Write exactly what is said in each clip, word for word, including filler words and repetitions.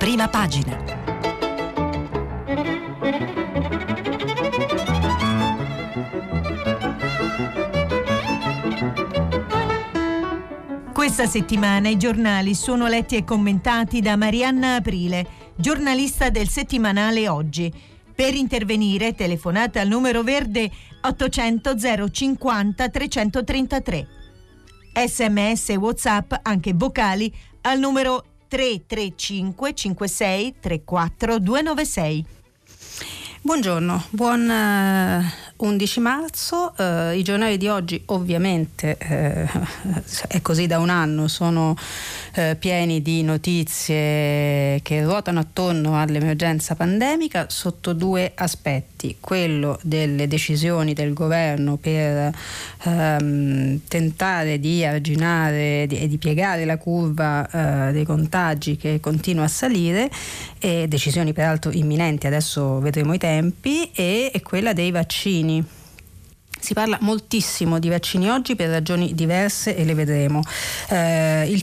Prima pagina. Questa settimana i giornali sono letti e commentati da Marianna Aprile, giornalista del settimanale Oggi. Per intervenire telefonate al numero verde ottocento zero cinquanta trecentotrentatré. Sms e WhatsApp, anche vocali, al numero tre tre cinque cinque sei tre quattro due nove sei. Buongiorno, buon uh, undici marzo. Uh, I giornali di oggi ovviamente uh, è così da un anno, sono uh, pieni di notizie che ruotano attorno all'emergenza pandemica sotto due aspetti: quello delle decisioni del governo per um, tentare di arginare e di, di piegare la curva uh, dei contagi che continua a salire, e decisioni peraltro imminenti, adesso vedremo i tempi, e, e quella dei vaccini. Si parla moltissimo di vaccini oggi per ragioni diverse e le vedremo. Eh, il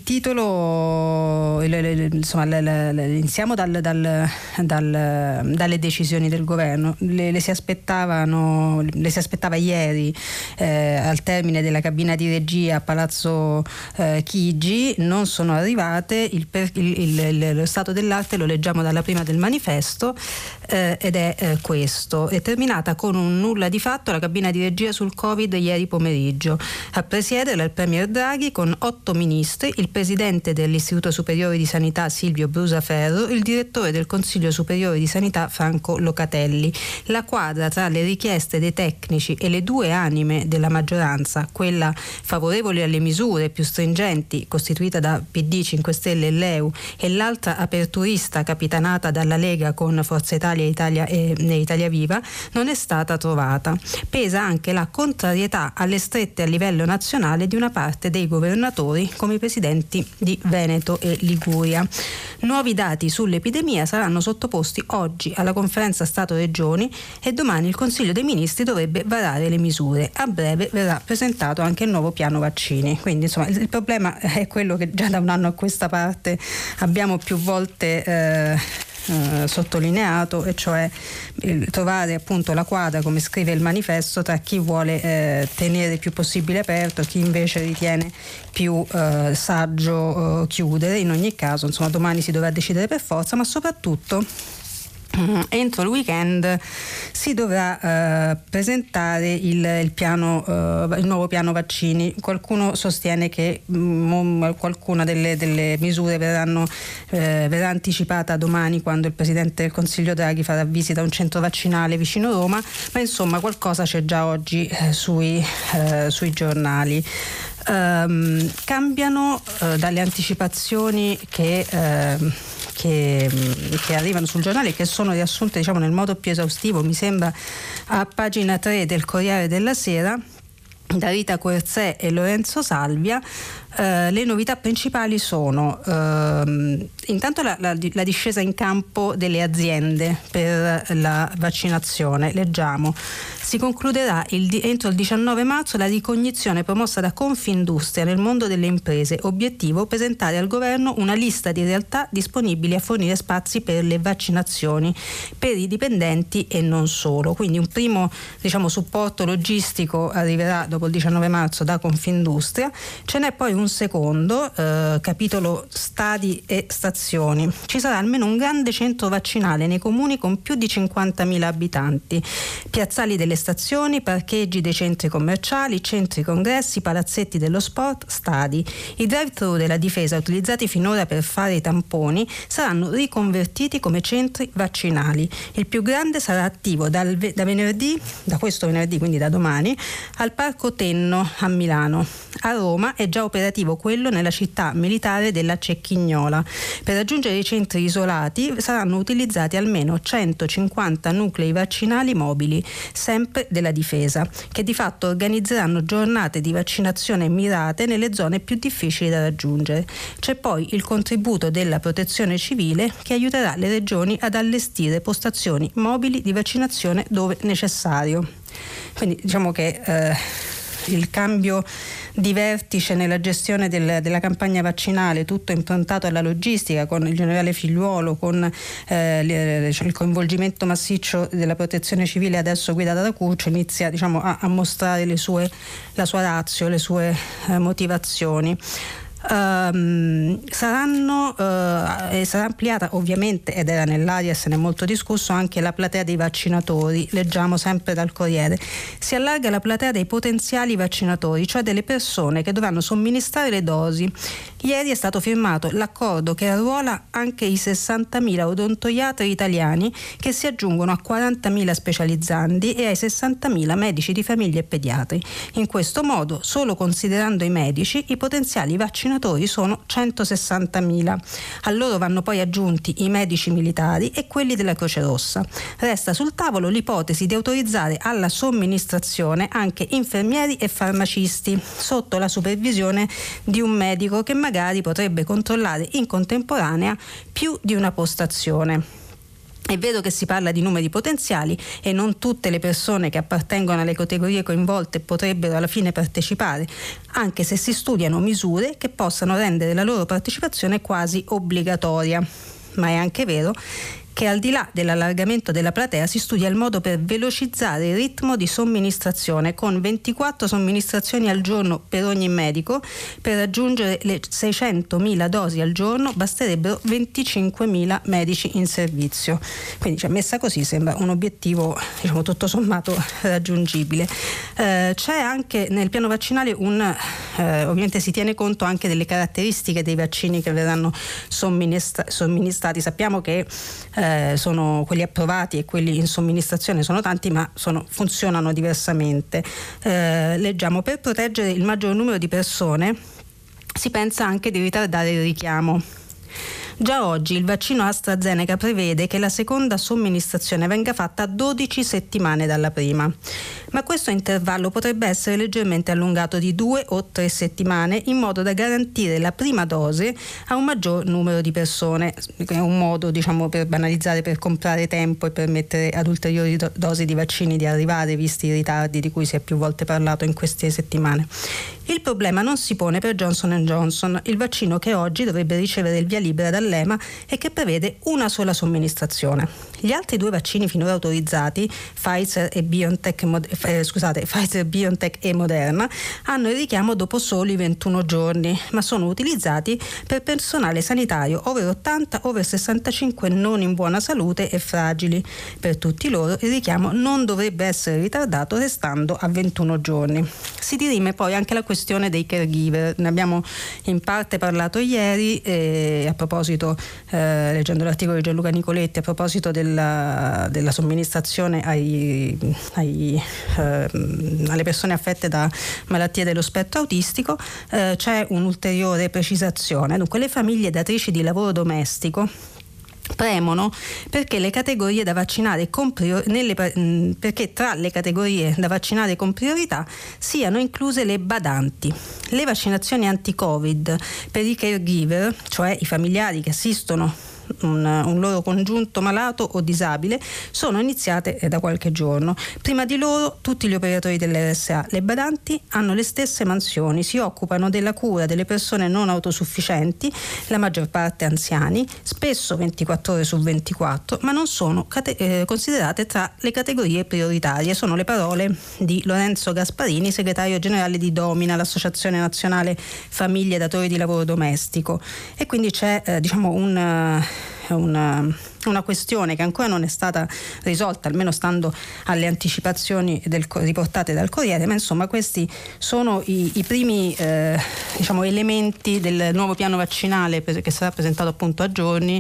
titolo, le, le, insomma, le, le, iniziamo dal, dal, dal, dalle decisioni del governo. Le, le, si aspettavano, le si aspettava ieri eh, al termine della cabina di regia a Palazzo eh, Chigi, non sono arrivate. Il, il, il, lo stato dell'arte lo leggiamo dalla prima del manifesto eh, ed è eh, questo. È terminata con un nulla di fatto la cabina di regia sul Covid ieri pomeriggio. A presiederla il Premier Draghi con otto ministri, il presidente dell'Istituto Superiore di Sanità Silvio Brusaferro, il direttore del Consiglio Superiore di Sanità Franco Locatelli. La quadra tra le richieste dei tecnici e le due anime della maggioranza, quella favorevole alle misure più stringenti costituita da P D, cinque Stelle e L E U, e l'altra aperturista capitanata dalla Lega con Forza Italia e Italia, e, e Italia Viva, non è stata trovata. Pesa anche la contrarietà alle strette a livello nazionale di una parte dei governatori, come i presidenti di Veneto e Liguria. Nuovi dati sull'epidemia saranno sottoposti oggi alla conferenza Stato-Regioni e domani il Consiglio dei Ministri dovrebbe varare le misure. A breve verrà presentato anche il nuovo piano vaccini. Quindi insomma il, il problema è quello che già da un anno a questa parte abbiamo più volte eh, Eh, sottolineato, e cioè il, trovare appunto la quadra, come scrive il manifesto, tra chi vuole eh, tenere il più possibile aperto e chi invece ritiene più eh, saggio eh, chiudere. In ogni caso, insomma, domani si dovrà decidere per forza, ma soprattutto entro il weekend si dovrà eh, presentare il, il piano eh, il nuovo piano vaccini. Qualcuno sostiene che mh, qualcuna delle, delle misure verranno eh, verrà anticipata domani, quando il Presidente del Consiglio Draghi farà visita a un centro vaccinale vicino Roma, ma insomma qualcosa c'è già oggi eh, sui, eh, sui giornali. Um, cambiano uh, dalle anticipazioni che uh, Che, che arrivano sul giornale, che sono riassunte, diciamo, nel modo più esaustivo, mi sembra, a pagina tre del Corriere della Sera, da Rita Coerzè e Lorenzo Salvia. Uh, le novità principali sono uh, intanto la, la, la discesa in campo delle aziende per la vaccinazione. Leggiamo: si concluderà il, entro il diciannove marzo la ricognizione promossa da Confindustria nel mondo delle imprese. Obiettivo: presentare al governo una lista di realtà disponibili a fornire spazi per le vaccinazioni per i dipendenti e non solo. Quindi un primo, diciamo, supporto logistico arriverà dopo il diciannove marzo da Confindustria. Ce n'è poi un secondo eh, capitolo stadi e stazioni. Ci sarà almeno un grande centro vaccinale nei comuni con più di cinquantamila abitanti, piazzali delle stazioni, parcheggi dei centri commerciali, centri congressi, palazzetti dello sport, stadi. I drive-thru della Difesa utilizzati finora per fare i tamponi saranno riconvertiti come centri vaccinali. Il più grande sarà attivo dal, da venerdì, da questo venerdì, quindi da domani, al Parco Tenno a Milano. A Roma è già operativo quello nella città militare della Cecchignola. Per raggiungere i centri isolati saranno utilizzati almeno centocinquanta nuclei vaccinali mobili, sempre della Difesa, che di fatto organizzeranno giornate di vaccinazione mirate nelle zone più difficili da raggiungere. C'è poi il contributo della Protezione Civile, che aiuterà le regioni ad allestire postazioni mobili di vaccinazione dove necessario. Quindi diciamo che eh, il cambio di vertice nella gestione del, della campagna vaccinale, tutto improntato alla logistica, con il generale Figliuolo, con eh, le, cioè il coinvolgimento massiccio della protezione civile adesso guidata da Curcio, inizia diciamo, a, a mostrare le sue, la sua ratio, le sue eh, motivazioni. Um, saranno uh, sarà ampliata ovviamente, ed era nell'aria e se ne è molto discusso, anche la platea dei vaccinatori. Leggiamo sempre dal Corriere: si allarga la platea dei potenziali vaccinatori, cioè delle persone che dovranno somministrare le dosi. Ieri è stato firmato l'accordo che arruola anche i sessantamila odontoiatri italiani, che si aggiungono a quarantamila specializzandi e ai sessantamila medici di famiglia e pediatri. In questo modo, solo considerando i medici, i potenziali vaccinatori sono centosessantamila. A loro vanno poi aggiunti i medici militari e quelli della Croce Rossa. Resta sul tavolo l'ipotesi di autorizzare alla somministrazione anche infermieri e farmacisti, sotto la supervisione di un medico che magari potrebbe controllare in contemporanea più di una postazione. È vero che si parla di numeri potenziali e non tutte le persone che appartengono alle categorie coinvolte potrebbero alla fine partecipare, anche se si studiano misure che possano rendere la loro partecipazione quasi obbligatoria. Ma è anche vero che al di là dell'allargamento della platea si studia il modo per velocizzare il ritmo di somministrazione, con ventiquattro somministrazioni al giorno per ogni medico. Per raggiungere le seicentomila dosi al giorno basterebbero venticinquemila medici in servizio. Quindi, cioè, messa così sembra un obiettivo, diciamo, tutto sommato raggiungibile. Eh, c'è anche nel piano vaccinale un eh, ovviamente si tiene conto anche delle caratteristiche dei vaccini che verranno somministra- somministrati. Sappiamo che eh, sono quelli approvati e quelli in somministrazione sono tanti, ma sono, funzionano diversamente. Eh, leggiamo: per proteggere il maggior numero di persone si pensa anche di ritardare il richiamo. Già oggi il vaccino AstraZeneca prevede che la seconda somministrazione venga fatta a dodici settimane dalla prima, ma questo intervallo potrebbe essere leggermente allungato di due o tre settimane, in modo da garantire la prima dose a un maggior numero di persone. È un modo, diciamo, per banalizzare, per comprare tempo e permettere ad ulteriori do- dosi di vaccini di arrivare, visti i ritardi di cui si è più volte parlato in queste settimane. Il problema non si pone per Johnson and Johnson, il vaccino che oggi dovrebbe ricevere il via libera dall'E M A e che prevede una sola somministrazione. Gli altri due vaccini finora autorizzati, Pfizer e BioNTech, eh, scusate, Pfizer, BioNTech e Moderna, hanno il richiamo dopo soli ventuno giorni, ma sono utilizzati per personale sanitario over ottanta, over sessantacinque, non in buona salute e fragili. Per tutti loro il richiamo non dovrebbe essere ritardato, restando a ventuno giorni. Si dirime poi anche la questione dei caregiver. Ne abbiamo in parte parlato ieri eh, a proposito, eh, leggendo l'articolo di Gianluca Nicoletti, a proposito della, della somministrazione ai, ai, eh, alle persone affette da malattie dello spettro autistico. Eh, c'è un'ulteriore precisazione. Dunque, le famiglie datrici di lavoro domestico premono perché le categorie da vaccinare con prior- nelle, perché tra le categorie da vaccinare con priorità siano incluse le badanti. Le vaccinazioni anti-Covid per i caregiver, cioè i familiari che assistono Un, un loro congiunto malato o disabile, sono iniziate da qualche giorno. Prima di loro tutti gli operatori dell'R S A. Le badanti hanno le stesse mansioni, si occupano della cura delle persone non autosufficienti, la maggior parte anziani, spesso ventiquattro ore su ventiquattro, ma non sono cate- eh, considerate tra le categorie prioritarie. Sono le parole di Lorenzo Gasparini, segretario generale di Domina, l'Associazione Nazionale Famiglie Datori di Lavoro Domestico. E quindi c'è eh, diciamo un Una, una questione che ancora non è stata risolta, almeno stando alle anticipazioni del, riportate dal Corriere, ma insomma questi sono i, i primi eh, diciamo, elementi del nuovo piano vaccinale che sarà presentato appunto a giorni,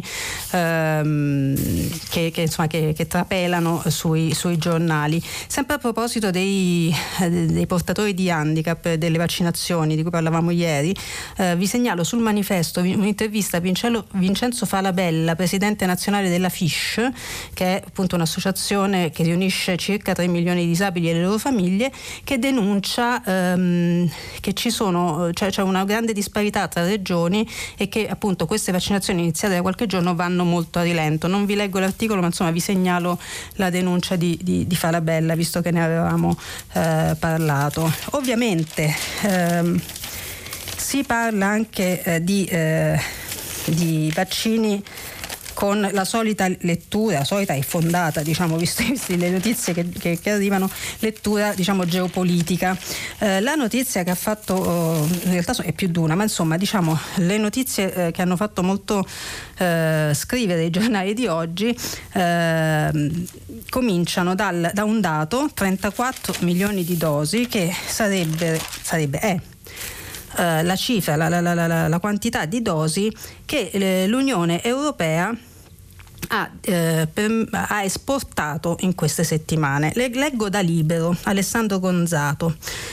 ehm, che, che, insomma, che, che trapelano sui, sui giornali. Sempre a proposito dei, dei portatori di handicap, delle vaccinazioni di cui parlavamo ieri, eh, vi segnalo sul Manifesto un'intervista a Vincenzo Falabella, presidente nazionale del della FISH, che è appunto un'associazione che riunisce circa tre milioni di disabili e le loro famiglie, che denuncia ehm, che ci sono, cioè c'è una grande disparità tra regioni e che appunto queste vaccinazioni iniziate da qualche giorno vanno molto a rilento. Non vi leggo l'articolo, ma insomma vi segnalo la denuncia di, di, di Falabella, visto che ne avevamo eh, parlato. Ovviamente ehm, si parla anche eh, di, eh, di vaccini con la solita lettura, solita e fondata, diciamo, visto, visto le notizie che, che, che arrivano, lettura, diciamo, geopolitica. Eh, la notizia che ha fatto, in realtà è più di una, ma insomma, diciamo, le notizie eh, che hanno fatto molto eh, scrivere i giornali di oggi eh, cominciano dal, da un dato: trentaquattro milioni di dosi, che sarebbe, sarebbe è Uh, la cifra, la, la, la, la, la quantità di dosi che eh, l'Unione Europea ha, eh, per, ha esportato in queste settimane. Le, leggo da Libero, Alessandro Gonzato.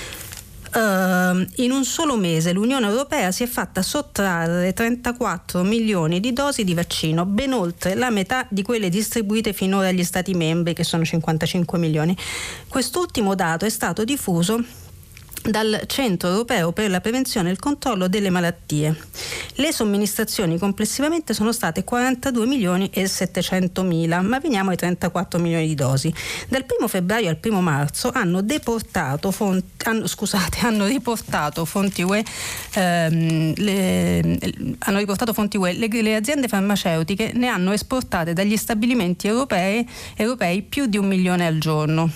Uh, in un solo mese l'Unione Europea si è fatta sottrarre trentaquattro milioni di dosi di vaccino, ben oltre la metà di quelle distribuite finora agli Stati membri, che sono cinquantacinque milioni. Quest'ultimo dato è stato diffuso dal Centro Europeo per la Prevenzione e il Controllo delle Malattie. Le somministrazioni complessivamente sono state quarantadue milioni e settecentomila, ma veniamo ai trentaquattro milioni di dosi. Dal primo febbraio al primo marzo hanno deportato fonti, hanno, scusate, hanno riportato fonti U E, ehm, le, hanno riportato fonti U E, le, le aziende farmaceutiche ne hanno esportate dagli stabilimenti europei, europei più di un milione al giorno.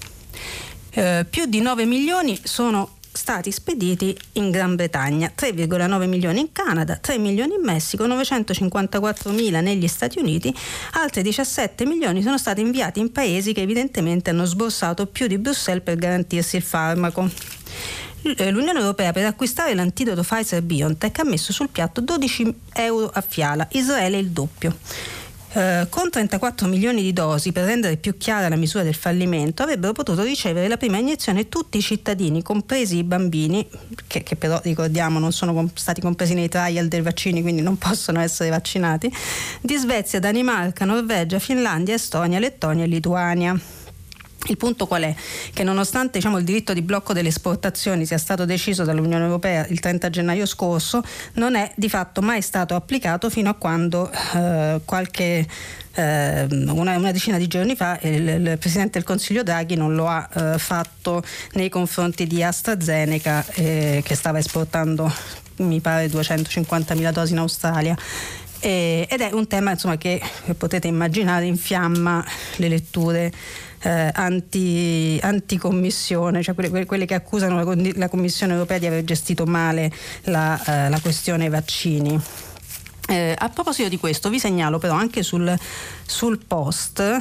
Uh, più di nove milioni sono stati spediti in Gran Bretagna, tre virgola nove milioni in Canada, tre milioni in Messico, novecentocinquantaquattromila negli Stati Uniti, altri diciassette milioni sono stati inviati in paesi che evidentemente hanno sborsato più di Bruxelles per garantirsi il farmaco. L'Unione Europea, per acquistare l'antidoto Pfizer-BioNTech, ha messo sul piatto dodici euro a fiala, Israele il doppio. Uh, con trentaquattro milioni di dosi, per rendere più chiara la misura del fallimento, avrebbero potuto ricevere la prima iniezione tutti i cittadini, compresi i bambini, che, che però ricordiamo non sono comp- stati compresi nei trial dei vaccini, quindi non possono essere vaccinati, di Svezia, Danimarca, Norvegia, Finlandia, Estonia, Lettonia e Lituania. Il punto qual è? Che nonostante, diciamo, il diritto di blocco delle esportazioni sia stato deciso dall'Unione Europea il trenta gennaio scorso, non è di fatto mai stato applicato fino a quando eh, qualche eh, una, una decina di giorni fa il, il Presidente del Consiglio Draghi non lo ha eh, fatto nei confronti di AstraZeneca, eh, che stava esportando, mi pare, duecentocinquantamila dosi in Australia. Ed è un tema, insomma, che potete immaginare infiamma le letture eh, anti, anticommissione, cioè quelle, quelle che accusano la, la Commissione Europea di aver gestito male la, eh, la questione vaccini. Eh, a proposito di questo, vi segnalo però anche sul, sul Post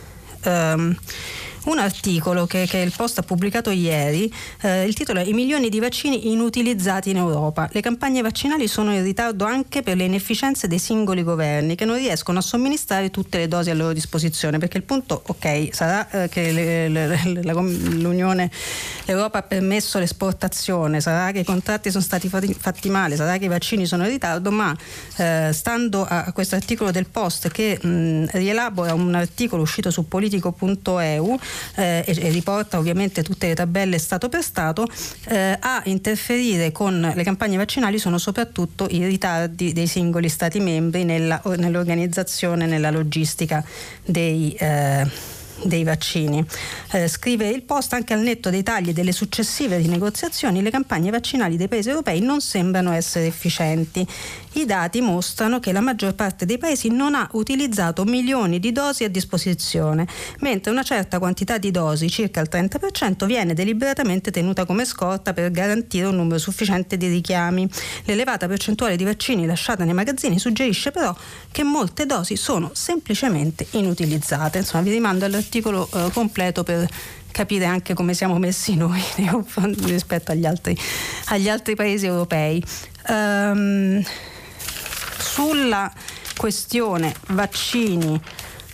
ehm, un articolo che, che il Post ha pubblicato ieri. Eh, il titolo è: I milioni di vaccini inutilizzati in Europa. Le campagne vaccinali sono in ritardo anche per le inefficienze dei singoli governi, che non riescono a somministrare tutte le dosi a loro disposizione. Perché il punto, ok, sarà eh, che le, le, le, la, l'Unione l'Europa ha permesso l'esportazione, sarà che i contratti sono stati fatti, fatti male, sarà che i vaccini sono in ritardo, ma eh, stando a, a questo articolo del Post, che mh, rielabora un articolo uscito su politico punto e u, Eh, e, e riporta ovviamente tutte le tabelle stato per stato, eh, a interferire con le campagne vaccinali sono soprattutto i ritardi dei singoli stati membri nella, nell'organizzazione, nella logistica dei eh, dei vaccini. Eh, scrive il Post: anche al netto dei tagli e delle successive rinegoziazioni, le campagne vaccinali dei paesi europei non sembrano essere efficienti. I dati mostrano che la maggior parte dei paesi non ha utilizzato milioni di dosi a disposizione, mentre una certa quantità di dosi, circa il trenta per cento, viene deliberatamente tenuta come scorta per garantire un numero sufficiente di richiami. L'elevata percentuale di vaccini lasciata nei magazzini suggerisce però che molte dosi sono semplicemente inutilizzate. Insomma, vi rimando all'articolo eh, completo per capire anche come siamo messi noi rispetto agli altri, agli altri paesi europei. Um, sulla questione vaccini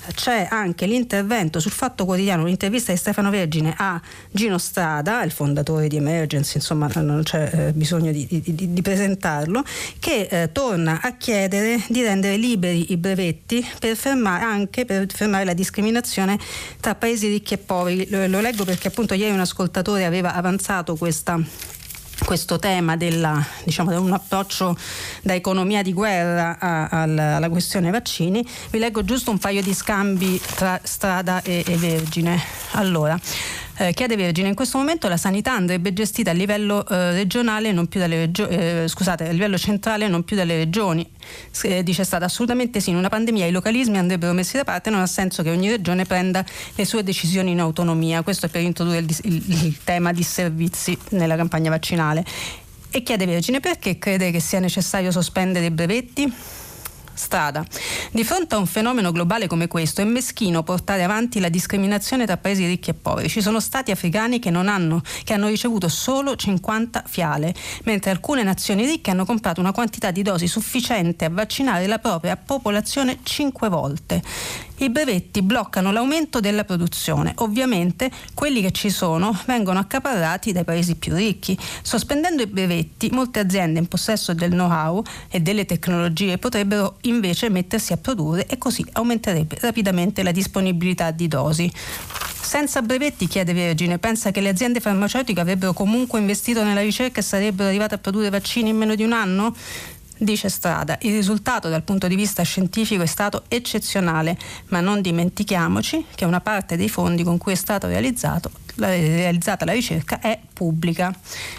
c'è anche l'intervento sul Fatto Quotidiano, un'intervista di Stefano Vergine a Gino Strada, il fondatore di Emergency, insomma non c'è eh, bisogno di, di, di presentarlo, che eh, torna a chiedere di rendere liberi i brevetti per fermare anche per fermare la discriminazione tra paesi ricchi e poveri. Lo, lo leggo perché appunto ieri un ascoltatore aveva avanzato questa questo tema della, diciamo, di un approccio da economia di guerra a, a, alla, alla questione vaccini. Vi leggo giusto un paio di scambi tra Strada e, e Vergine. Allora, eh, chiede Vergine: in questo momento la sanità andrebbe gestita a livello eh, regionale, non più dalle regio- eh, scusate, a livello centrale, non più dalle regioni. Eh, dice Strada: assolutamente sì, in una pandemia i localismi andrebbero messi da parte, non ha senso che ogni regione prenda le sue decisioni in autonomia. Questo è per introdurre il, il, il tema di servizi nella campagna vaccinale. E chiede Vergine: perché crede che sia necessario sospendere i brevetti? Strada: di fronte a un fenomeno globale come questo è meschino portare avanti la discriminazione tra paesi ricchi e poveri. Ci sono stati africani che non hanno che hanno ricevuto solo cinquanta fiale, mentre alcune nazioni ricche hanno comprato una quantità di dosi sufficiente a vaccinare la propria popolazione cinque volte. I brevetti bloccano l'aumento della produzione. Ovviamente quelli che ci sono vengono accaparrati dai paesi più ricchi. Sospendendo i brevetti, molte aziende in possesso del know-how e delle tecnologie potrebbero invece mettersi a produrre e così aumenterebbe rapidamente la disponibilità di dosi. Senza brevetti, chiede Vergine, pensa che le aziende farmaceutiche avrebbero comunque investito nella ricerca e sarebbero arrivate a produrre vaccini in meno di un anno? Dice Strada: il risultato dal punto di vista scientifico è stato eccezionale, ma non dimentichiamoci che una parte dei fondi con cui è stato realizzato, la, realizzata la ricerca è pubblica.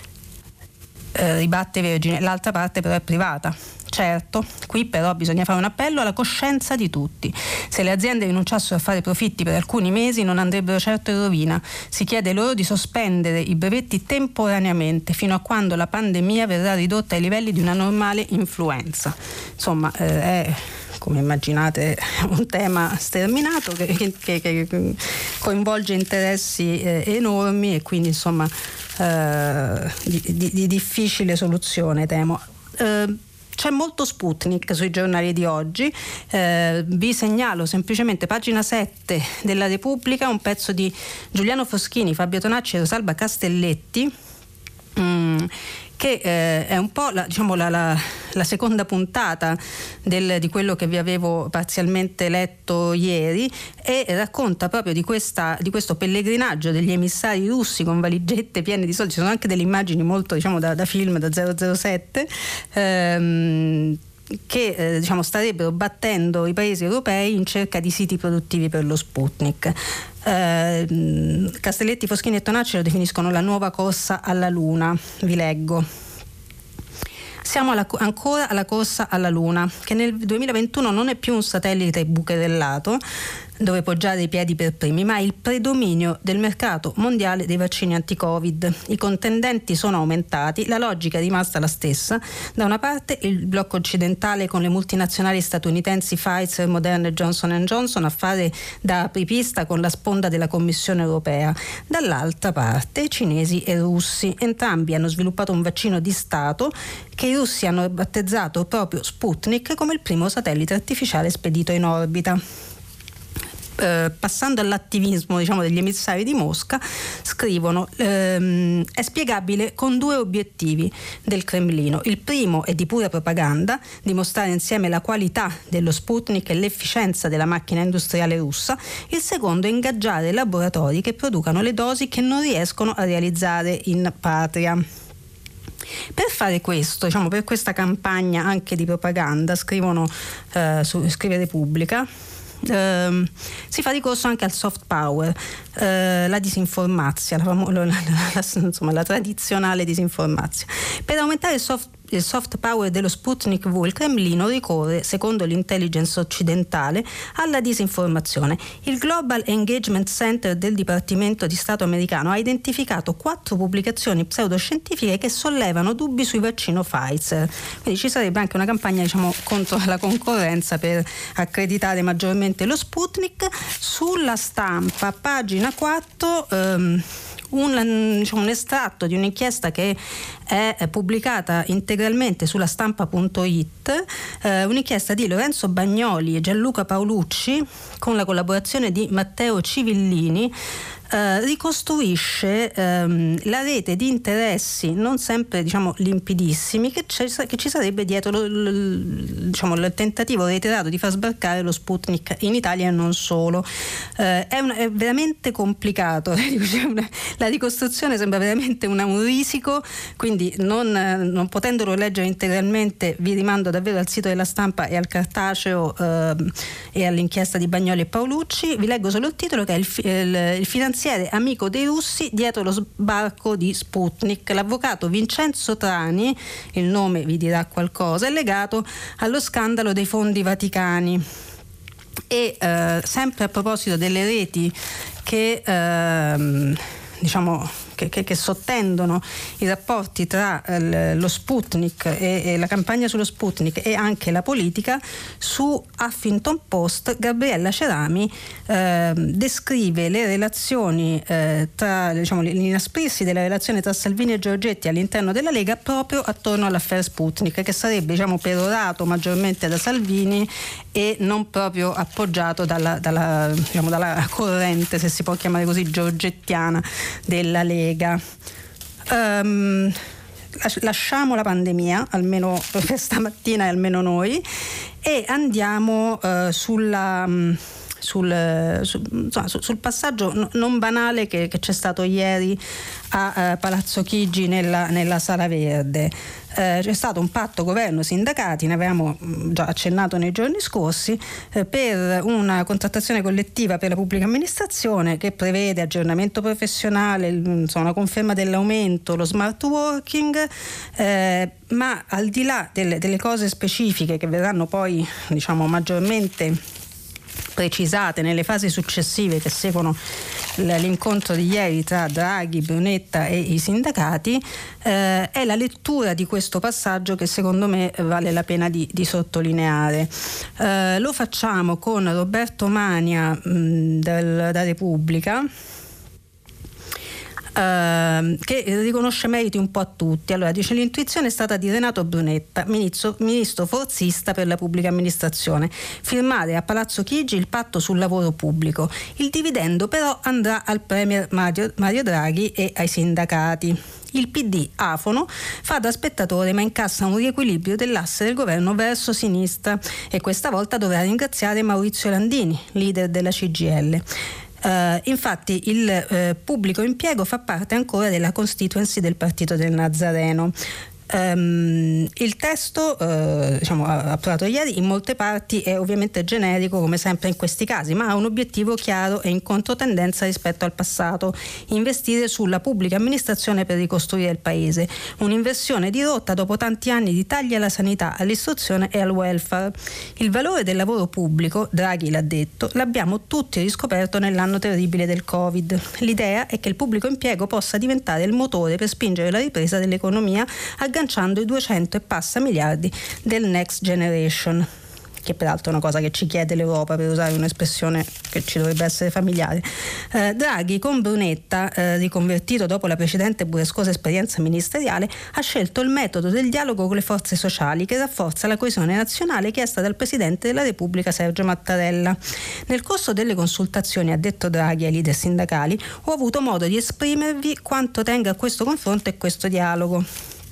Eh, ribatte Vergine: l'altra parte però è privata. Certo, qui però bisogna fare un appello alla coscienza di tutti. Se le aziende rinunciassero a fare profitti per alcuni mesi non andrebbero certo in rovina. Si chiede loro di sospendere i brevetti temporaneamente fino a quando la pandemia verrà ridotta ai livelli di una normale influenza. Insomma, eh, è, come immaginate, un tema sterminato che, che, che coinvolge interessi eh, enormi e quindi insomma eh, di, di, di difficile soluzione, temo. Eh, C'è molto Sputnik sui giornali di oggi, eh, vi segnalo semplicemente pagina sette della Repubblica, un pezzo di Giuliano Foschini, Fabio Tonacci e Rosalba Castelletti, mm, che eh, è un po' la, diciamo, la, la, la seconda puntata del, di quello che vi avevo parzialmente letto ieri, e racconta proprio di, questa, di questo pellegrinaggio degli emissari russi con valigette piene di soldi. Ci sono anche delle immagini molto, diciamo, da, da film, da zero zero sette, ehm, che eh, diciamo, starebbero battendo i paesi europei in cerca di siti produttivi per lo Sputnik. Eh, Castelletti, Foschini e Tonacci lo definiscono la nuova corsa alla Luna. Vi leggo: siamo alla, ancora alla corsa alla Luna, che nel duemilaventuno non è più un satellite bucherellato dove poggiare i piedi per primi, ma il predominio del mercato mondiale dei vaccini anti-Covid. I contendenti sono aumentati, la logica è rimasta la stessa. Da una parte il blocco occidentale con le multinazionali statunitensi Pfizer, Moderna e Johnson and Johnson a fare da apripista con la sponda della Commissione europea. Dall'altra parte cinesi e russi. Entrambi hanno sviluppato un vaccino di Stato che i russi hanno battezzato proprio Sputnik come il primo satellite artificiale spedito in orbita. Eh, passando all'attivismo, diciamo, degli emissari di Mosca, scrivono ehm, è spiegabile con due obiettivi del Cremlino. Il primo è di pura propaganda, dimostrare insieme la qualità dello Sputnik e l'efficienza della macchina industriale russa. Il secondo è ingaggiare laboratori che producano le dosi che non riescono a realizzare in patria. Per fare questo, diciamo, per questa campagna anche di propaganda, scrivono eh, su, scrive Repubblica, Uh, si fa ricorso anche al soft power, uh, la disinformazia, la, famo- la, la, la, insomma, la tradizionale disinformazia. Per aumentare il soft, il soft power dello Sputnik V, il Cremlino ricorre, secondo l'intelligence occidentale, alla disinformazione. Il Global Engagement Center del Dipartimento di Stato americano ha identificato quattro pubblicazioni pseudoscientifiche che sollevano dubbi sui vaccino Pfizer. Quindi ci sarebbe anche una campagna, diciamo, contro la concorrenza per accreditare maggiormente lo Sputnik. Sulla Stampa, pagina quattro, um, un, diciamo, un estratto di un'inchiesta che è pubblicata integralmente sulla stampa punto it, eh, un'inchiesta di Lorenzo Bagnoli e Gianluca Paolucci con la collaborazione di Matteo Civillini. Uh, ricostruisce um, la rete di interessi non sempre, diciamo, limpidissimi che, che ci sarebbe dietro lo, lo, diciamo, il tentativo reiterato di far sbarcare lo Sputnik in Italia e non solo. Uh, è, un, è veramente complicato, la ricostruzione sembra veramente una, un risico, quindi non, non potendolo leggere integralmente vi rimando davvero al sito della stampa e al cartaceo uh, e all'inchiesta di Bagnoli e Paolucci. Vi leggo solo il titolo, che è il, il, il finanziamento amico dei russi dietro lo sbarco di Sputnik. L'avvocato Vincenzo Trani, il nome vi dirà qualcosa, è legato allo scandalo dei fondi vaticani. E eh, sempre a proposito delle reti che eh, diciamo Che, che, che sottendono i rapporti tra eh, lo Sputnik e, e la campagna sullo Sputnik e anche la politica, su Huffington Post Gabriella Cerami eh, descrive le relazioni eh, tra, diciamo, l'inasprirsi della relazione tra Salvini e Giorgetti all'interno della Lega proprio attorno all'affare Sputnik, che sarebbe, diciamo, perorato maggiormente da Salvini e non proprio appoggiato dalla, dalla, diciamo, dalla corrente, se si può chiamare così, giorgettiana della Lega. Um, lasciamo la pandemia, almeno per stamattina e almeno noi, e andiamo uh, sulla, um, sul, su, insomma, su, sul passaggio non banale che, che c'è stato ieri a uh, Palazzo Chigi nella, nella Sala Verde. Eh, c'è stato un patto governo-sindacati, ne avevamo già accennato nei giorni scorsi, eh, per una contrattazione collettiva per la pubblica amministrazione che prevede aggiornamento professionale, insomma, una conferma dell'aumento, lo smart working, eh, ma al di là delle, delle cose specifiche che verranno poi, diciamo, maggiormente precisate nelle fasi successive che seguono l'incontro di ieri tra Draghi, Brunetta e i sindacati, eh, è la lettura di questo passaggio che secondo me vale la pena di, di sottolineare. Eh, lo facciamo con Roberto Mania mh, del, da Repubblica, Uh, che riconosce meriti un po' a tutti. Allora dice: l'intuizione è stata di Renato Brunetta, ministro, ministro forzista per la pubblica amministrazione, firmare a Palazzo Chigi il patto sul lavoro pubblico. Il dividendo però andrà al premier Mario, Mario Draghi e ai sindacati. Il P D afono fa da spettatore, ma incassa un riequilibrio dell'asse del governo verso sinistra e questa volta dovrà ringraziare Maurizio Landini, leader della C G I L. Uh, infatti il uh, pubblico impiego fa parte ancora della constituency del partito del Nazareno. Um, il testo uh, diciamo, approvato ieri in molte parti è ovviamente generico, come sempre in questi casi, ma ha un obiettivo chiaro e in controtendenza rispetto al passato: investire sulla pubblica amministrazione per ricostruire il paese, un'inversione di rotta dopo tanti anni di tagli alla sanità, all'istruzione e al welfare. Il valore del lavoro pubblico, Draghi l'ha detto, l'abbiamo tutti riscoperto nell'anno terribile del Covid. L'idea è che il pubblico impiego possa diventare il motore per spingere la ripresa dell'economia, agganciando i duecento e passa miliardi del Next Generation, che peraltro è una cosa che ci chiede l'Europa, per usare un'espressione che ci dovrebbe essere familiare. Eh, Draghi, con Brunetta, eh, riconvertito dopo la precedente burrascosa esperienza ministeriale, ha scelto il metodo del dialogo con le forze sociali, che rafforza la coesione nazionale chiesta dal Presidente della Repubblica Sergio Mattarella. Nel corso delle consultazioni, ha detto Draghi ai leader sindacali, ho avuto modo di esprimervi quanto tenga a questo confronto e questo dialogo.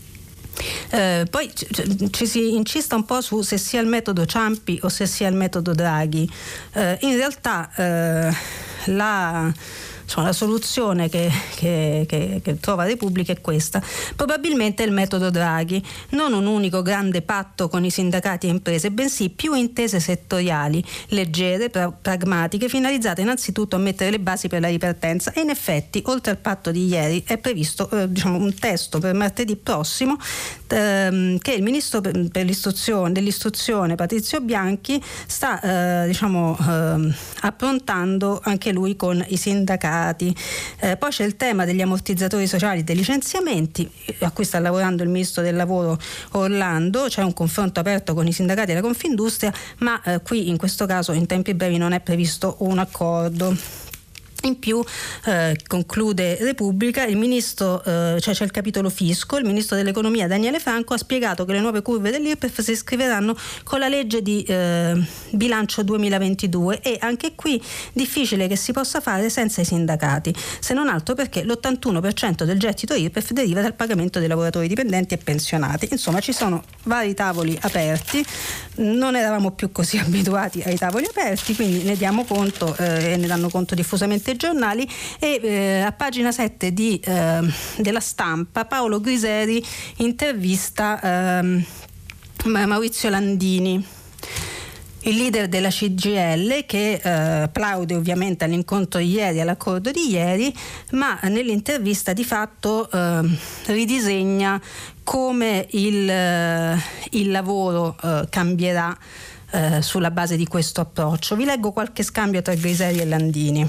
Eh, poi ci, ci si incista un po' su se sia il metodo Ciampi o se sia il metodo Draghi. Eh, in realtà eh, la insomma, la soluzione che, che, che, che trova Repubblica è questa: probabilmente il metodo Draghi, non un unico grande patto con i sindacati e imprese, bensì più intese settoriali, leggere, pra- pragmatiche, finalizzate innanzitutto a mettere le basi per la ripartenza. E in effetti, oltre al patto di ieri, è previsto eh, diciamo, un testo per martedì prossimo ehm, che il ministro per, per l'istruzione, dell'istruzione Patrizio Bianchi sta eh, diciamo, eh, approntando anche lui con i sindacati. Eh, poi c'è il tema degli ammortizzatori sociali, dei licenziamenti, a cui sta lavorando il ministro del lavoro Orlando. C'è un confronto aperto con i sindacati e la Confindustria, ma eh, qui in questo caso in tempi brevi non è previsto un accordo. In più, eh, conclude Repubblica, il ministro, eh, cioè c'è il capitolo fisco, il ministro dell'economia Daniele Franco ha spiegato che le nuove curve dell'I R P E F si iscriveranno con la legge di eh, bilancio duemilaventidue e anche qui difficile che si possa fare senza i sindacati, se non altro perché l'ottantuno per cento del gettito I R P E F deriva dal pagamento dei lavoratori dipendenti e pensionati. Insomma, ci sono vari tavoli aperti, non eravamo più così abituati ai tavoli aperti, quindi ne diamo conto eh, e ne danno conto diffusamente giornali e eh, a pagina sette di, eh, della Stampa Paolo Griseri intervista eh, Maurizio Landini, il leader della C G I L, che eh, applaude ovviamente all'incontro di ieri, all'accordo di ieri, ma nell'intervista di fatto eh, ridisegna come il, eh, il lavoro eh, cambierà eh, sulla base di questo approccio. Vi leggo qualche scambio tra Griseri e Landini.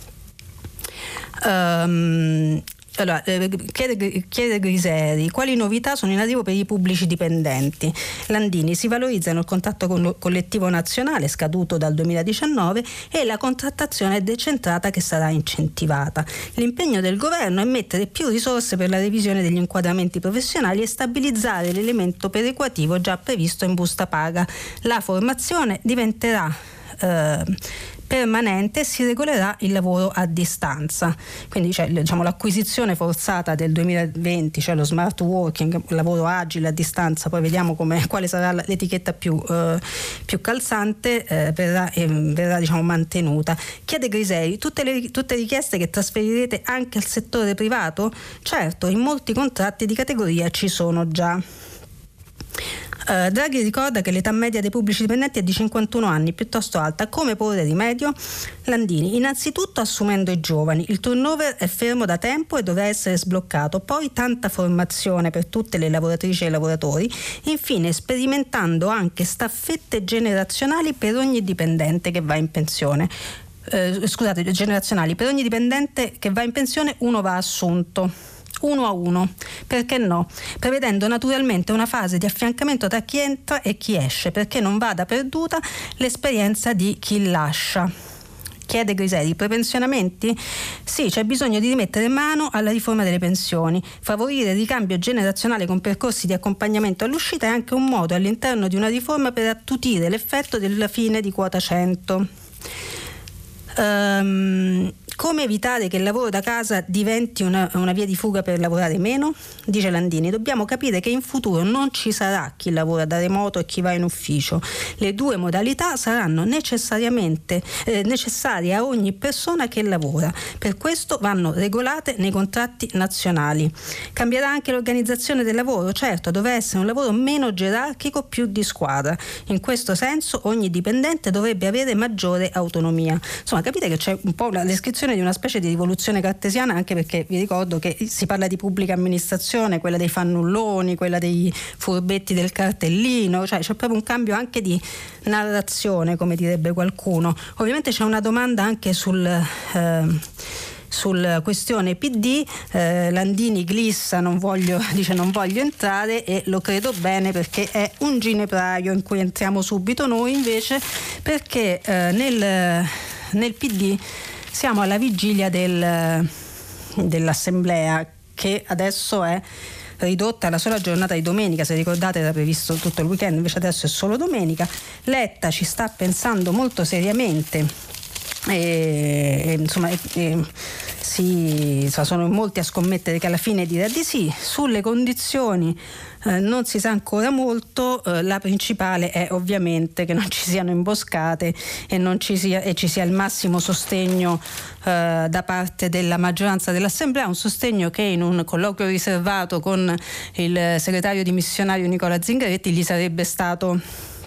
Um, allora, eh, chiede, chiede Griseri quali novità sono in arrivo per i pubblici dipendenti. Landini: si valorizzano il contratto con collettivo nazionale scaduto dal duemiladiciannove e la contrattazione decentrata che sarà incentivata. L'impegno del governo è mettere più risorse per la revisione degli inquadramenti professionali e stabilizzare l'elemento perequativo già previsto in busta paga. La formazione diventerà eh, permanente e si regolerà il lavoro a distanza. Quindi c'è, diciamo, l'acquisizione forzata del duemilaventi, cioè lo smart working, il lavoro agile a distanza, poi vediamo come, quale sarà l'etichetta più, eh, più calzante, eh, verrà, eh, verrà diciamo, mantenuta. Chiede Griseri: tutte le tutte richieste che trasferirete anche al settore privato? Certo, in molti contratti di categoria ci sono già. Uh, Draghi ricorda che l'età media dei pubblici dipendenti è di cinquantuno anni, piuttosto alta. Come porre rimedio? Landini: innanzitutto assumendo i giovani. Il turnover è fermo da tempo e dovrà essere sbloccato. Poi tanta formazione per tutte le lavoratrici e i lavoratori. Infine sperimentando anche staffette generazionali per ogni dipendente che va in pensione. Uh, scusate, generazionali. Per ogni dipendente che va in pensione uno va assunto. Uno a uno, perché no? Prevedendo naturalmente una fase di affiancamento tra chi entra e chi esce, perché non vada perduta l'esperienza di chi lascia. Chiede Griseri: prepensionamenti? Sì, c'è bisogno di rimettere mano alla riforma delle pensioni. Favorire il ricambio generazionale con percorsi di accompagnamento all'uscita è anche un modo all'interno di una riforma per attutire l'effetto della fine di quota cento. Um, come evitare che il lavoro da casa diventi una, una via di fuga per lavorare meno? Dice Landini: dobbiamo capire che in futuro non ci sarà chi lavora da remoto e chi va in ufficio. Le due modalità saranno necessariamente eh, necessarie a ogni persona che lavora. Per questo vanno regolate nei contratti nazionali. Cambierà anche l'organizzazione del lavoro? Certo, dovrà essere un lavoro meno gerarchico, più di squadra. In questo senso ogni dipendente dovrebbe avere maggiore autonomia. Insomma, capite che c'è un po' la descrizione di una specie di rivoluzione cartesiana, anche perché vi ricordo che si parla di pubblica amministrazione, quella dei fannulloni, quella dei furbetti del cartellino, cioè c'è proprio un cambio anche di narrazione, come direbbe qualcuno. Ovviamente c'è una domanda anche sul eh, sul questione P D, eh, Landini glissa, non voglio, dice non voglio entrare, e lo credo bene perché è un ginepraio in cui entriamo subito noi invece, perché eh, nel, nel P D siamo alla vigilia del, dell'assemblea, che adesso è ridotta alla sola giornata di domenica. Se ricordate era previsto tutto il weekend, invece adesso è solo domenica. Letta ci sta pensando molto seriamente e, e insomma e, e, si, insomma, sono molti a scommettere che alla fine dirà di sì. Sulle condizioni eh, non si sa ancora molto, eh, la principale è ovviamente che non ci siano imboscate e, non ci sia, e ci sia il massimo sostegno eh, da parte della maggioranza dell'Assemblea, un sostegno che in un colloquio riservato con il segretario dimissionario Nicola Zingaretti gli sarebbe stato